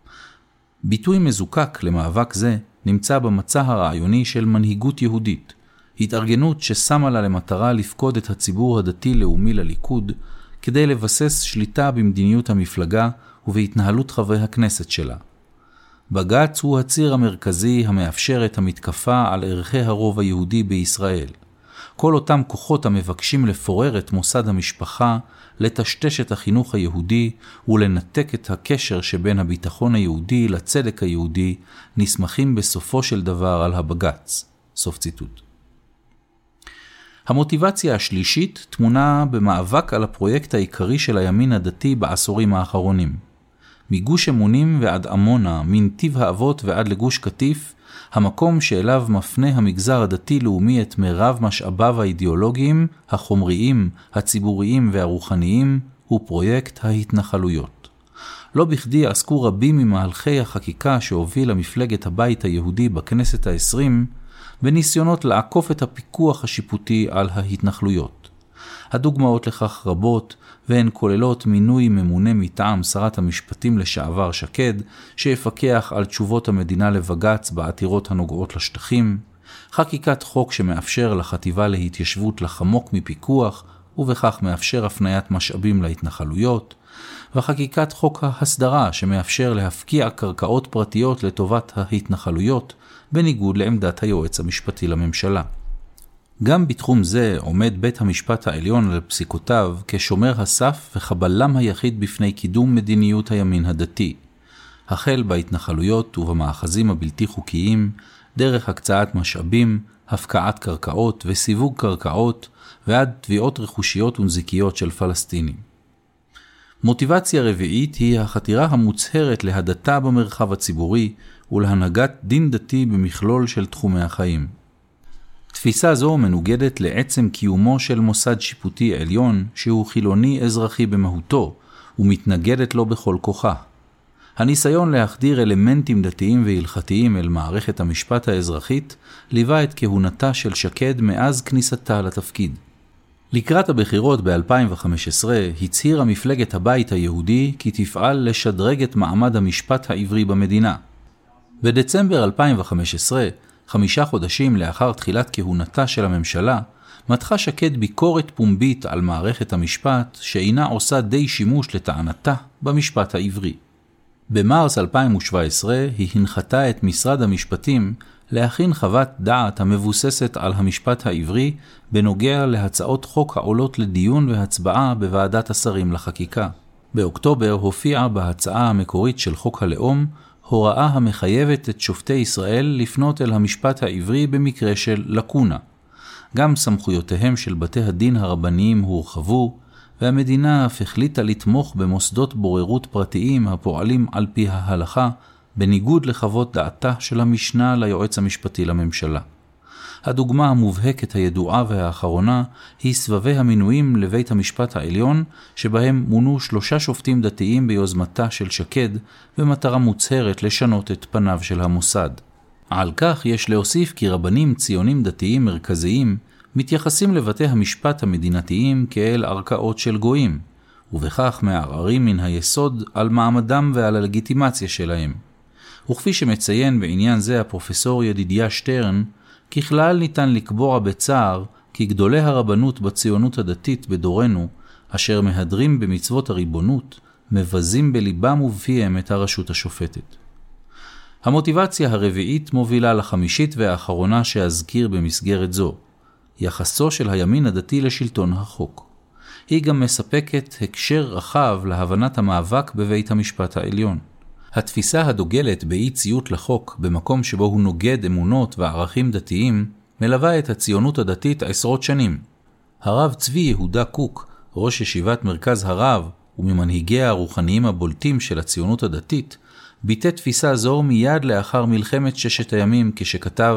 Speaker 3: ביטוי מזוקק למאבק זה נמצא במצע הרעיוני של מנהיגות יהודית, התארגנות ששמה לה למטרה לפקוד את הציבור הדתי-לאומי לליכוד, כדי לבסס שליטה במדיניות המפלגה ובהתנהלות חברי הכנסת שלה. בג"ץ הוא הציר המרכזי המאפשר את המתקפה על ערכי הרוב היהודי בישראל. כל אותם כוחות המבקשים לפורר את מוסד המשפחה, לטשטש את החינוך היהודי ולנתק את הקשר שבין הביטחון היהודי לצדק היהודי, נסמכים בסופו של דבר על הבג"ץ. סוף ציטוט. המוטיבציה השלישית תמונה במאבק על הפרויקט העיקרי של הימין הדתי בעשורים האחרונים. מגוש אמונים ועד עמונה, מנתיב האבות ועד לגוש קטיף, המקום שאליו מפנה המגזר הדתי-לאומי את מירב משאביו האידיאולוגיים, החומריים, הציבוריים והרוחניים, הוא פרויקט ההתנחלויות. לא בכדי עסקו רבים ממהלכי החקיקה שהובילה מפלגת הבית היהודי בכנסת העשרים, בניסיונות לעקוף את הפיקוח השיפוטי על ההתנחלויות. הדוגמאות לכך רבות, והן כוללות מינוי ממונה מטעם שרת המשפטים לשעבר שקד, שיפקח על תשובות המדינה לבג"ץ בעתירות הנוגעות לשטחים, חקיקת חוק שמאפשר לחטיבה להתיישבות לחמוק מפיקוח, ובכך מאפשר הפניית משאבים להתנחלויות, וחקיקת חוק ההסדרה שמאפשר להפקיע קרקעות פרטיות לטובת ההתנחלויות, בניגוד לעמדת היועץ המשפטי לממשלה. גם בתחום זה עומד בית המשפט העליון על פסיקותיו כשומר הסף וחבלם היחיד בפני קידום מדיניות הימין הדתי. החל בהתנחלויות ובמאחזים הבלתי חוקיים, דרך הקצאת משאבים, הפקעת קרקעות וסיווג קרקעות, ועד תביעות רכושיות ונזיקיות של פלסטינים. מוטיבציה רביעית היא החתירה המוצהרת להדתה במרחב הציבורי ולהנהגת דין דתי במכלול של תחומי החיים. תפיסה זו מנוגדת לעצם קיומו של מוסד שיפוטי עליון שהוא חילוני אזרחי במהותו ומתנגדת לו בכל כוחה. הניסיון להחדיר אלמנטים דתיים והלכתיים אל מערכת המשפט האזרחית ליווה את כהונתה של שקד מאז כניסתה לתפקיד. לקראת הבחירות ב-אלפיים וחמש עשרה הצהירה מפלגת הבית היהודי כי תפעל לשדרג את מעמד המשפט העברי במדינה. בדצמבר אלפיים וחמש עשרה, חמישה חודשים לאחר תחילת כהונתה של הממשלה, מתחה שקד ביקורת פומבית על מערכת המשפט שאינה עושה די שימוש לטענתה במשפט העברי. במרס אלפיים שבע עשרה היא הנחתה את משרד המשפטים להכין חוות דעת המבוססת על המשפט העברי בנוגע להצעות חוק העולות לדיון והצבעה בוועדת השרים לחקיקה. באוקטובר הופיעה בהצעה המקורית של חוק הלאום הוראה המחייבת את שופטי ישראל לפנות אל המשפט העברי במקרה של לקונה. גם סמכויותיהם של בתי הדין הרבניים הורחבו, והמדינה אף החליטה לתמוך במוסדות בוררות פרטיים הפועלים על פי ההלכה, בניגוד לחוות דעתה של המשנה ליועץ המשפטי לממשלה. הדוגמה המובהקת הידועה והאחרונה היא סבבי המינויים לבית המשפט העליון, שבהם מונו שלושה שופטים דתיים ביוזמתה של שקד, במטרה מוצהרת לשנות את פניו של המוסד. על כך יש להוסיף כי רבנים ציונים דתיים מרכזיים מתייחסים לבתי המשפט המדינתיים כאל ערכאות של גויים, ובכך מערערים מן היסוד על מעמדם ועל הלגיטימציה שלהם. וכפי שמציין בעניין זה הפרופסור ידידיה שטרן, ככלל ניתן לקבוע בצער כי גדולי הרבנות בציונות הדתית בדורנו, אשר מהדרים במצוות הריבונות, מבזים בליבם ובפיהם את הרשות השופטת. המוטיבציה הרביעית מובילה לחמישית והאחרונה שאזכיר במסגרת זו, יחסו של הימין הדתי לשלטון החוק. היא גם מספקת הקשר רחב להבנת המאבק בבית המשפט העליון. התפיסה הדוגלת באי ציות לחוק במקום שבו הוא נוגד אמונות וערכים דתיים, מלווה את הציונות הדתית עשרות שנים. הרב צבי יהודה קוק, ראש ישיבת מרכז הרב וממנהיגי הרוחניים הבולטים של הציונות הדתית, ביטא תפיסה זו מיד לאחר מלחמת ששת הימים כשכתב,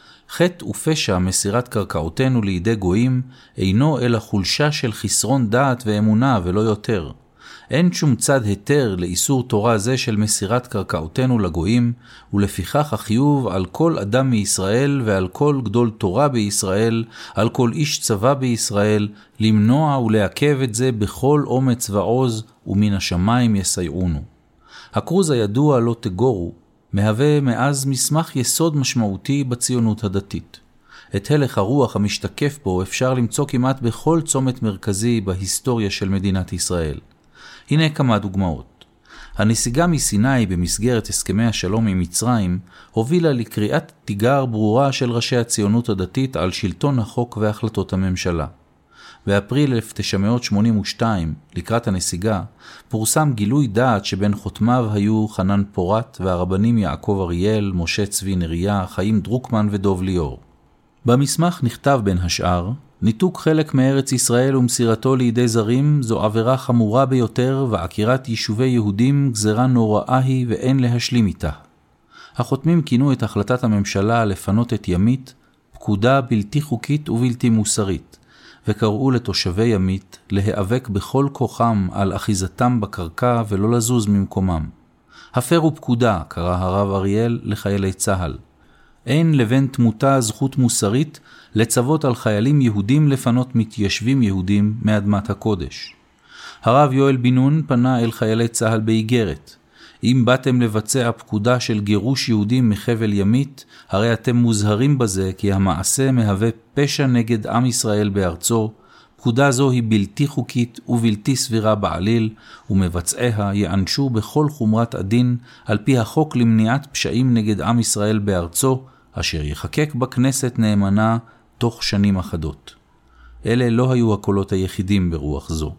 Speaker 3: חטא ופשע מסירת קרקעותינו לידי גויים אינו אלא חולשה של חסרון דעת ואמונה ולא יותר. אין שום צד היתר לאיסור תורה זה של מסירת קרקעותינו לגויים, ולפיכך החיוב על כל אדם מישראל ועל כל גדול תורה בישראל, על כל איש צבא בישראל, למנוע ולעכב את זה בכל אומץ ועוז, ומן השמיים יסייעונו. הכרוז הידוע לא תגורו, מהווה מאז מסמך יסוד משמעותי בציונות הדתית. את הלך הרוח המשתקף בו אפשר למצוא כמעט בכל צומת מרכזי בהיסטוריה של מדינת ישראל. הנה כמה דוגמאות. הנסיגה מסיני במסגרת הסכמי השלום עם מצרים הובילה לקריאת תיגר ברורה של ראשי הציונות הדתית על שלטון החוק והחלטות הממשלה. באפריל אלף תשע מאות שמונים ושתיים, לקראת הנסיגה, פורסם גילוי דעת שבין חותמיו היו חנן פורת והרבנים יעקב אריאל, משה צבי נריה, חיים דרוקמן ודוב ליאור. במסמך נכתב בין השאר, ניתוק חלק מארץ ישראל ומסירתו לידי זרים זו עבירה חמורה ביותר, ועקירת יישובי יהודים גזרה נוראה היא ואין להשלים איתה. החותמים כינו את החלטת הממשלה לפנות את ימית פקודה בלתי חוקית ובלתי מוסרית, וקראו לתושבי ימית להיאבק בכל כוחם על אחיזתם בקרקע ולא לזוז ממקומם. הפרו פקודה, קרא הרב אריאל לחיילי צהל. אין לבן תמותה זכות מוסרית לצוות על חיילים יהודים לפנות מתיישבים יהודים מאדמת הקודש. הרב יואל בן נון פנה אל חיילי צהל באיגרת. אם באתם לבצע פקודה של גירוש יהודים מחבל ימית, הרי אתם מוזהרים בזה כי המעשה מהווה פשע נגד עם ישראל בארצו. פקודה זו היא בלתי חוקית ובלתי סבירה בעליל, ומבצעיה יענשו בכל חומרת הדין על פי החוק למניעת פשעים נגד עם ישראל בארצו, אשר יחקק בכנסת נאמנה תוך שנים אחדות. אלה לא היו הקולות היחידים ברוח זו.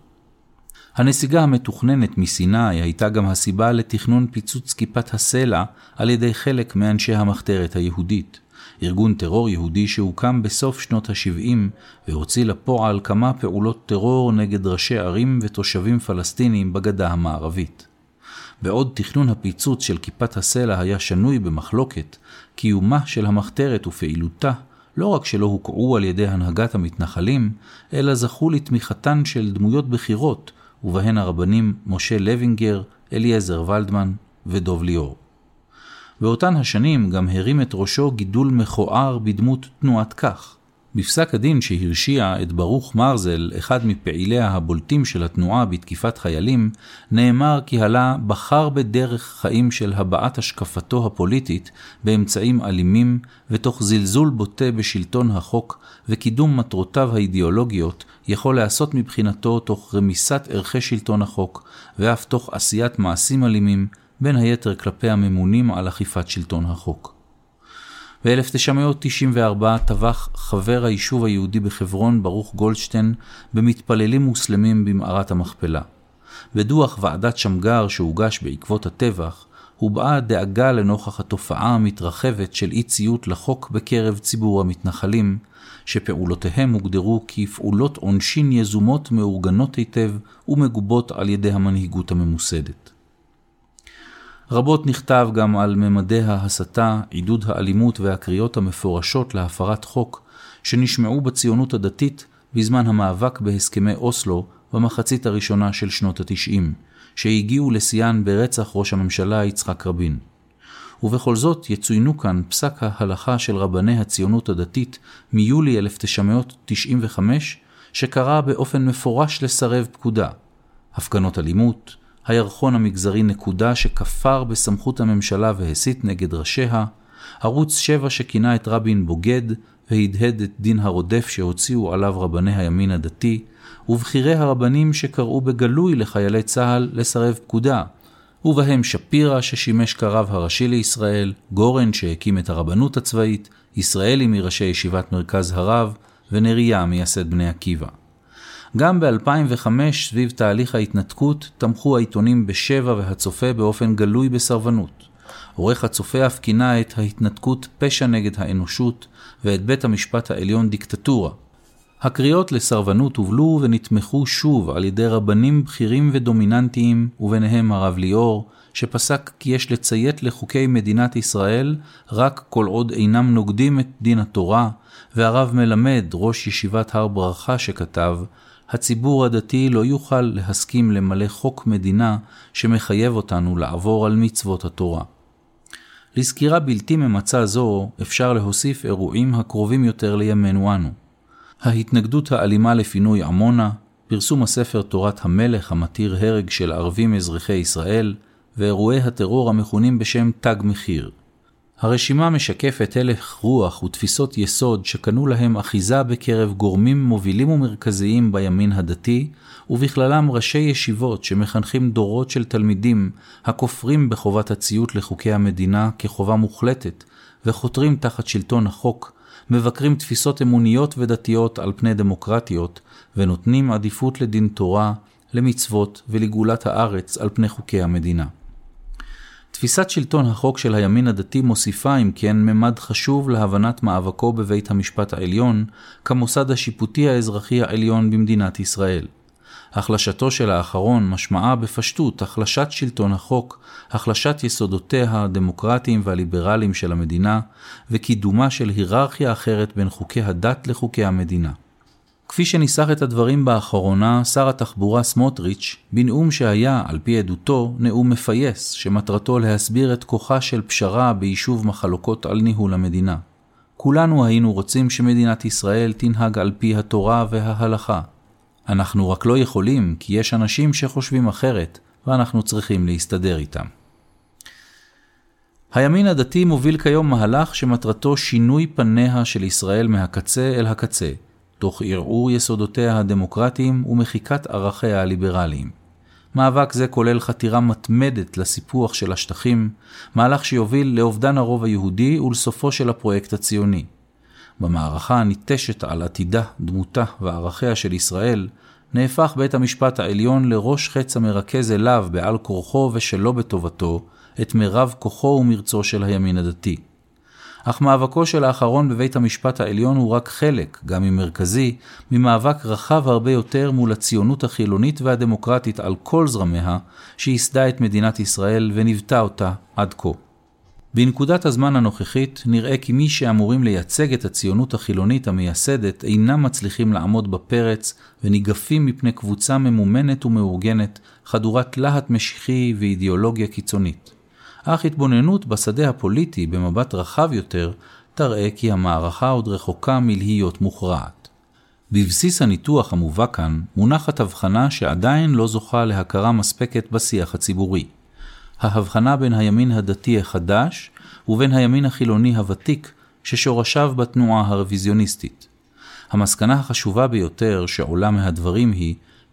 Speaker 3: הנסיגה המתוכננת מסיני הייתה גם הסיבה לתכנון פיצוץ כיפת הסלע על ידי חלק מאנשי המחתרת היהודית, ארגון טרור יהודי שהוקם בסוף שנות ה-שבעים והוציא לפועל כמה פעולות טרור נגד ראשי ערים ותושבים פלסטינים בגדה המערבית. בעוד תכנון הפיצוץ של כיפת הסלע היה שנוי במחלוקת, קיומה של המחתרת ופעילותה לא רק שלא הוקעו על ידי הנהגת המתנחלים, אלא זכו לתמיכתן של דמויות בחירות, ובהן הרבנים משה לוינגר, אליעזר ולדמן ודוב ליאור. באותן השנים גם הרים את ראשו גידול מכוער בדמות תנועת כך. בפסק הדין שהרשיע את ברוך מרזל, אחד מפעיליה הבולטים של התנועה בתקיפת חיילים, נאמר כי הלה בחר בדרך חיים של הבעת השקפתו הפוליטית באמצעים אלימים ותוך זלזול בוטה בשלטון החוק, וקידום מטרותיו האידיאולוגיות יכול לעשות מבחינתו תוך רמיסת ערכי שלטון החוק ואף תוך עשיית מעשים אלימים, בין היתר כלפי הממונים על אכיפת שלטון החוק. ב-אלף תשע מאות תשעים וארבע טבח חבר היישוב היהודי בחברון ברוך גולדשטיין במתפללים מוסלמים במערת המכפלה. בדוח ועדת שמגר שהוגש בעקבות הטבח, הובעה דאגה לנוכח התופעה המתרחבת של אי ציות לחוק בקרב ציבור המתנחלים, שפעולותיהם הוגדרו כפעולות עונשין יזומות מאורגנות היטב ומגובות על ידי המנהיגות הממוסדת. רבות נכתב גם על ממדי ההסתה, עידוד האלימות והקריאות המפורשות להפרת חוק, שנשמעו בציונות הדתית בזמן המאבק בהסכמי אוסלו במחצית הראשונה של שנות התשעים, שהגיעו לשיאן ברצח ראש הממשלה יצחק רבין. ובכל זאת יצוינו כאן פסק ההלכה של רבני הציונות הדתית מיולי אלף תשע מאות תשעים וחמש, שקרא באופן מפורש לסרב פקודה. הפגנות אלימות, הירחון המגזרי נקודה שכפר בסמכות הממשלה והסית נגד ראשיה, ערוץ שבע שכינה את רבין בוגד והדהד את דין הרודף שהוציאו עליו רבני הימין הדתי, ובחירי הרבנים שקראו בגלוי לחיילי צהל לסרב פקודה, ובהם שפירה ששימש כרב הראשי לישראל, גורן שהקים את הרבנות הצבאית, ישראלי מראשי ישיבת מרכז הרב, ונריה מייסד בני עקיבא. גם ב-אלפיים וחמש סביב תהליך ההתנתקות תמכו העיתונים בשבע והצופה באופן גלוי בסרבנות. עורך הצופה אף כינה את ההתנתקות פשע נגד האנושות ואת בית המשפט העליון דיקטטורה. הקריאות לסרבנות הובלו ונתמכו שוב על ידי רבנים בכירים ודומיננטיים, וביניהם הרב ליאור, שפסק כי יש לציית לחוקי מדינת ישראל רק כל עוד אינם נוגדים את דין התורה, והרב מלמד, ראש ישיבת הר ברכה, שכתב, הציבור הדתי לא יוכל להסכים למלא חוק מדינה שמחייב אותנו לעבור על מצוות התורה. לסקירה בלתי ממצה זו אפשר להוסיף אירועים הקרובים יותר לימינו אנו. ההתנגדות האלימה לפינוי עמונה, פרסום הספר תורת המלך המתיר הרג של ערבים אזרחי ישראל, ואירועי הטרור המכונים בשם תג מחיר. הרשימה משקפת הלך רוח ותפיסות יסוד שקנו להם אחיזה בקרב גורמים מובילים ומרכזיים בימין הדתי, ובכללם ראשי ישיבות שמחנכים דורות של תלמידים הכופרים בחובת הציות לחוקי המדינה כחובה מוחלטת, וחותרים תחת שלטון החוק, מבקרים תפיסות אמוניות ודתיות על פני דמוקרטיות, ונותנים עדיפות לדין תורה, למצוות ולגאולת הארץ על פני חוקי המדינה. תפיסת שלטון החוק של הימין הדתי מוסיפה אם כן ממד חשוב להבנת מאבקו בבית המשפט העליון כמוסד השיפוטי האזרחי העליון במדינת ישראל. החלשתו של האחרון משמעה בפשטות החלשת שלטון החוק, החלשת יסודותיה הדמוקרטיים והליברליים של המדינה, וקידומה של היררכיה אחרת בין חוקי הדת לחוקי המדינה. כפי שניסח את הדברים באחרונה, שר התחבורה סמוטריץ', בנאום שהיה, על פי עדותו, נאום מפייס, שמטרתו להסביר את כוחה של פשרה ביישוב מחלוקות על ניהול המדינה. כולנו היינו רוצים שמדינת ישראל תנהג על פי התורה וההלכה. אנחנו רק לא יכולים, כי יש אנשים שחושבים אחרת, ואנחנו צריכים להסתדר איתם. הימין הדתי מוביל כיום מהלך שמטרתו שינוי פניה של ישראל מהקצה אל הקצה, תוך ערעור יסודותיה הדמוקרטיים ומחיקת ערכיה הליברליים. מאבק זה כולל חתירה מתמדת לסיפוח של השטחים, מהלך שיוביל לאובדן הרוב היהודי ולסופו של הפרויקט הציוני. במערכה הניטשת על עתידה, דמותה וערכיה של ישראל, נהפך בית המשפט העליון לראש חץ המרכז אליו בעל כורחו ושלא בטובתו, את מרב כוחו ומרצו של הימין הדתי. אך מאבקו של האחרון בבית המשפט העליון הוא רק חלק, גם אם מרכזי, ממאבק רחב הרבה יותר מול הציונות החילונית והדמוקרטית על כל זרמיה, שיסדה את מדינת ישראל ונבטא אותה עד כה. בנקודת הזמן הנוכחית נראה כי מי שאמורים לייצג את הציונות החילונית המייסדת אינם מצליחים לעמוד בפרץ וניגפים מפני קבוצה ממומנת ומאורגנת, חדורת להט משיחי ואידיאולוגיה קיצונית. אך התבוננות בשדה הפוליטי במבט רחב יותר תראה כי המערכה עוד רחוקה מלהיות מוכרעת. בבסיס הניתוח המובא כאן מונחת הבחנה שעדיין לא זוכה להכרה מספקת בשיח הציבורי. ההבחנה בין הימין הדתי החדש ובין הימין החילוני הוותיק ששורשיו בתנועה הרוויזיוניסטית. המסקנה החשובה ביותר שעולה מהדברים היא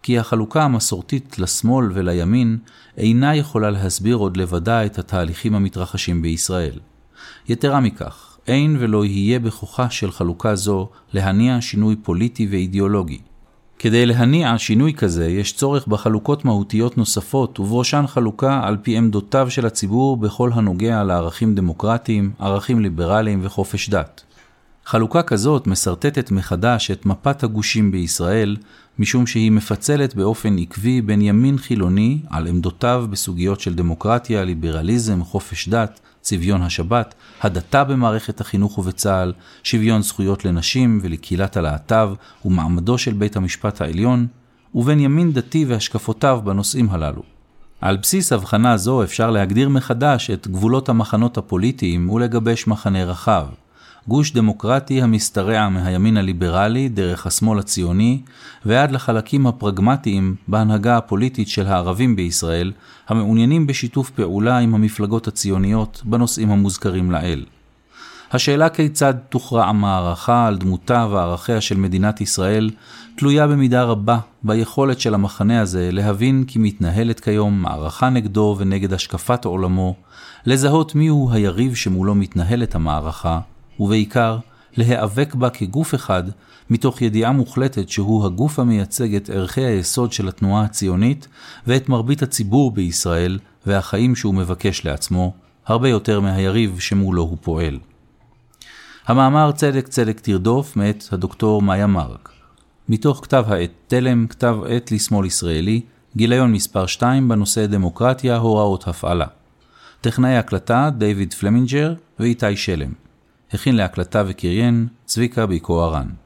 Speaker 3: כי החלוקה המסורתית לשמאל ולימין אינה יכולה להסביר עוד לבדה את התהליכים המתרחשים בישראל. יתרה מכך, אין ולא יהיה בכוחה של חלוקה זו להניע שינוי פוליטי ואידיאולוגי. כדי להניע שינוי כזה יש צורך בחלוקות מהותיות נוספות, ובראשן חלוקה על פי עמדותיו של הציבור בכל הנוגע לערכים דמוקרטיים, ערכים ליברליים וחופש דת. חלוקה כזאת מסרטטת מחדש את מפת הגושים בישראל, משום שהיא מפצלת באופן עקבי בין ימין חילוני על עמדותיו בסוגיות של דמוקרטיה, ליברליזם, חופש דת, צביון השבת, הדתה במערכת החינוך ובצה"ל, שוויון זכויות לנשים ולקהילת הלהט"ב ומעמדו של בית המשפט העליון, ובין ימין דתי והשקפותיו בנושאים הללו. על בסיס הבחנה זו אפשר להגדיר מחדש את גבולות המחנות הפוליטיים ולגבש מחנה רחב. גוש דמוקרטי המשתרע מהימין הליברלי דרך השמאל הציוני ועד לחלקים הפרגמטיים בהנהגה הפוליטית של הערבים בישראל המעוניינים בשיתוף פעולה עם המפלגות הציוניות בנושאים המוזכרים לעיל. השאלה כיצד תוכרע המערכה על דמותה וערכיה של מדינת ישראל תלויה במידה רבה ביכולת של המחנה הזה להבין כי מתנהלת כיום מערכה נגדו ונגד השקפת עולמו, לזהות מיהו היריב שמולו מתנהלת המערכה, ובעיקר להיאבק בה כגוף אחד מתוך ידיעה מוחלטת שהוא הגוף המייצג את ערכי היסוד של התנועה הציונית ואת מרבית הציבור בישראל והחיים שהוא מבקש לעצמו, הרבה יותר מהיריב שמולו הוא פועל. המאמר צדק צדק תרדוף מאת הדוקטור מאיה מרק. מתוך כתב העת תלם, כתב עת לשמאל ישראלי, גיליון מספר שתיים בנושא דמוקרטיה, הוראות הפעלה. טכנאי הקלטה דיוויד פלמינג'ר ואיתי שלם. הכין להקלטה וקריין צביקה ביקו ארן.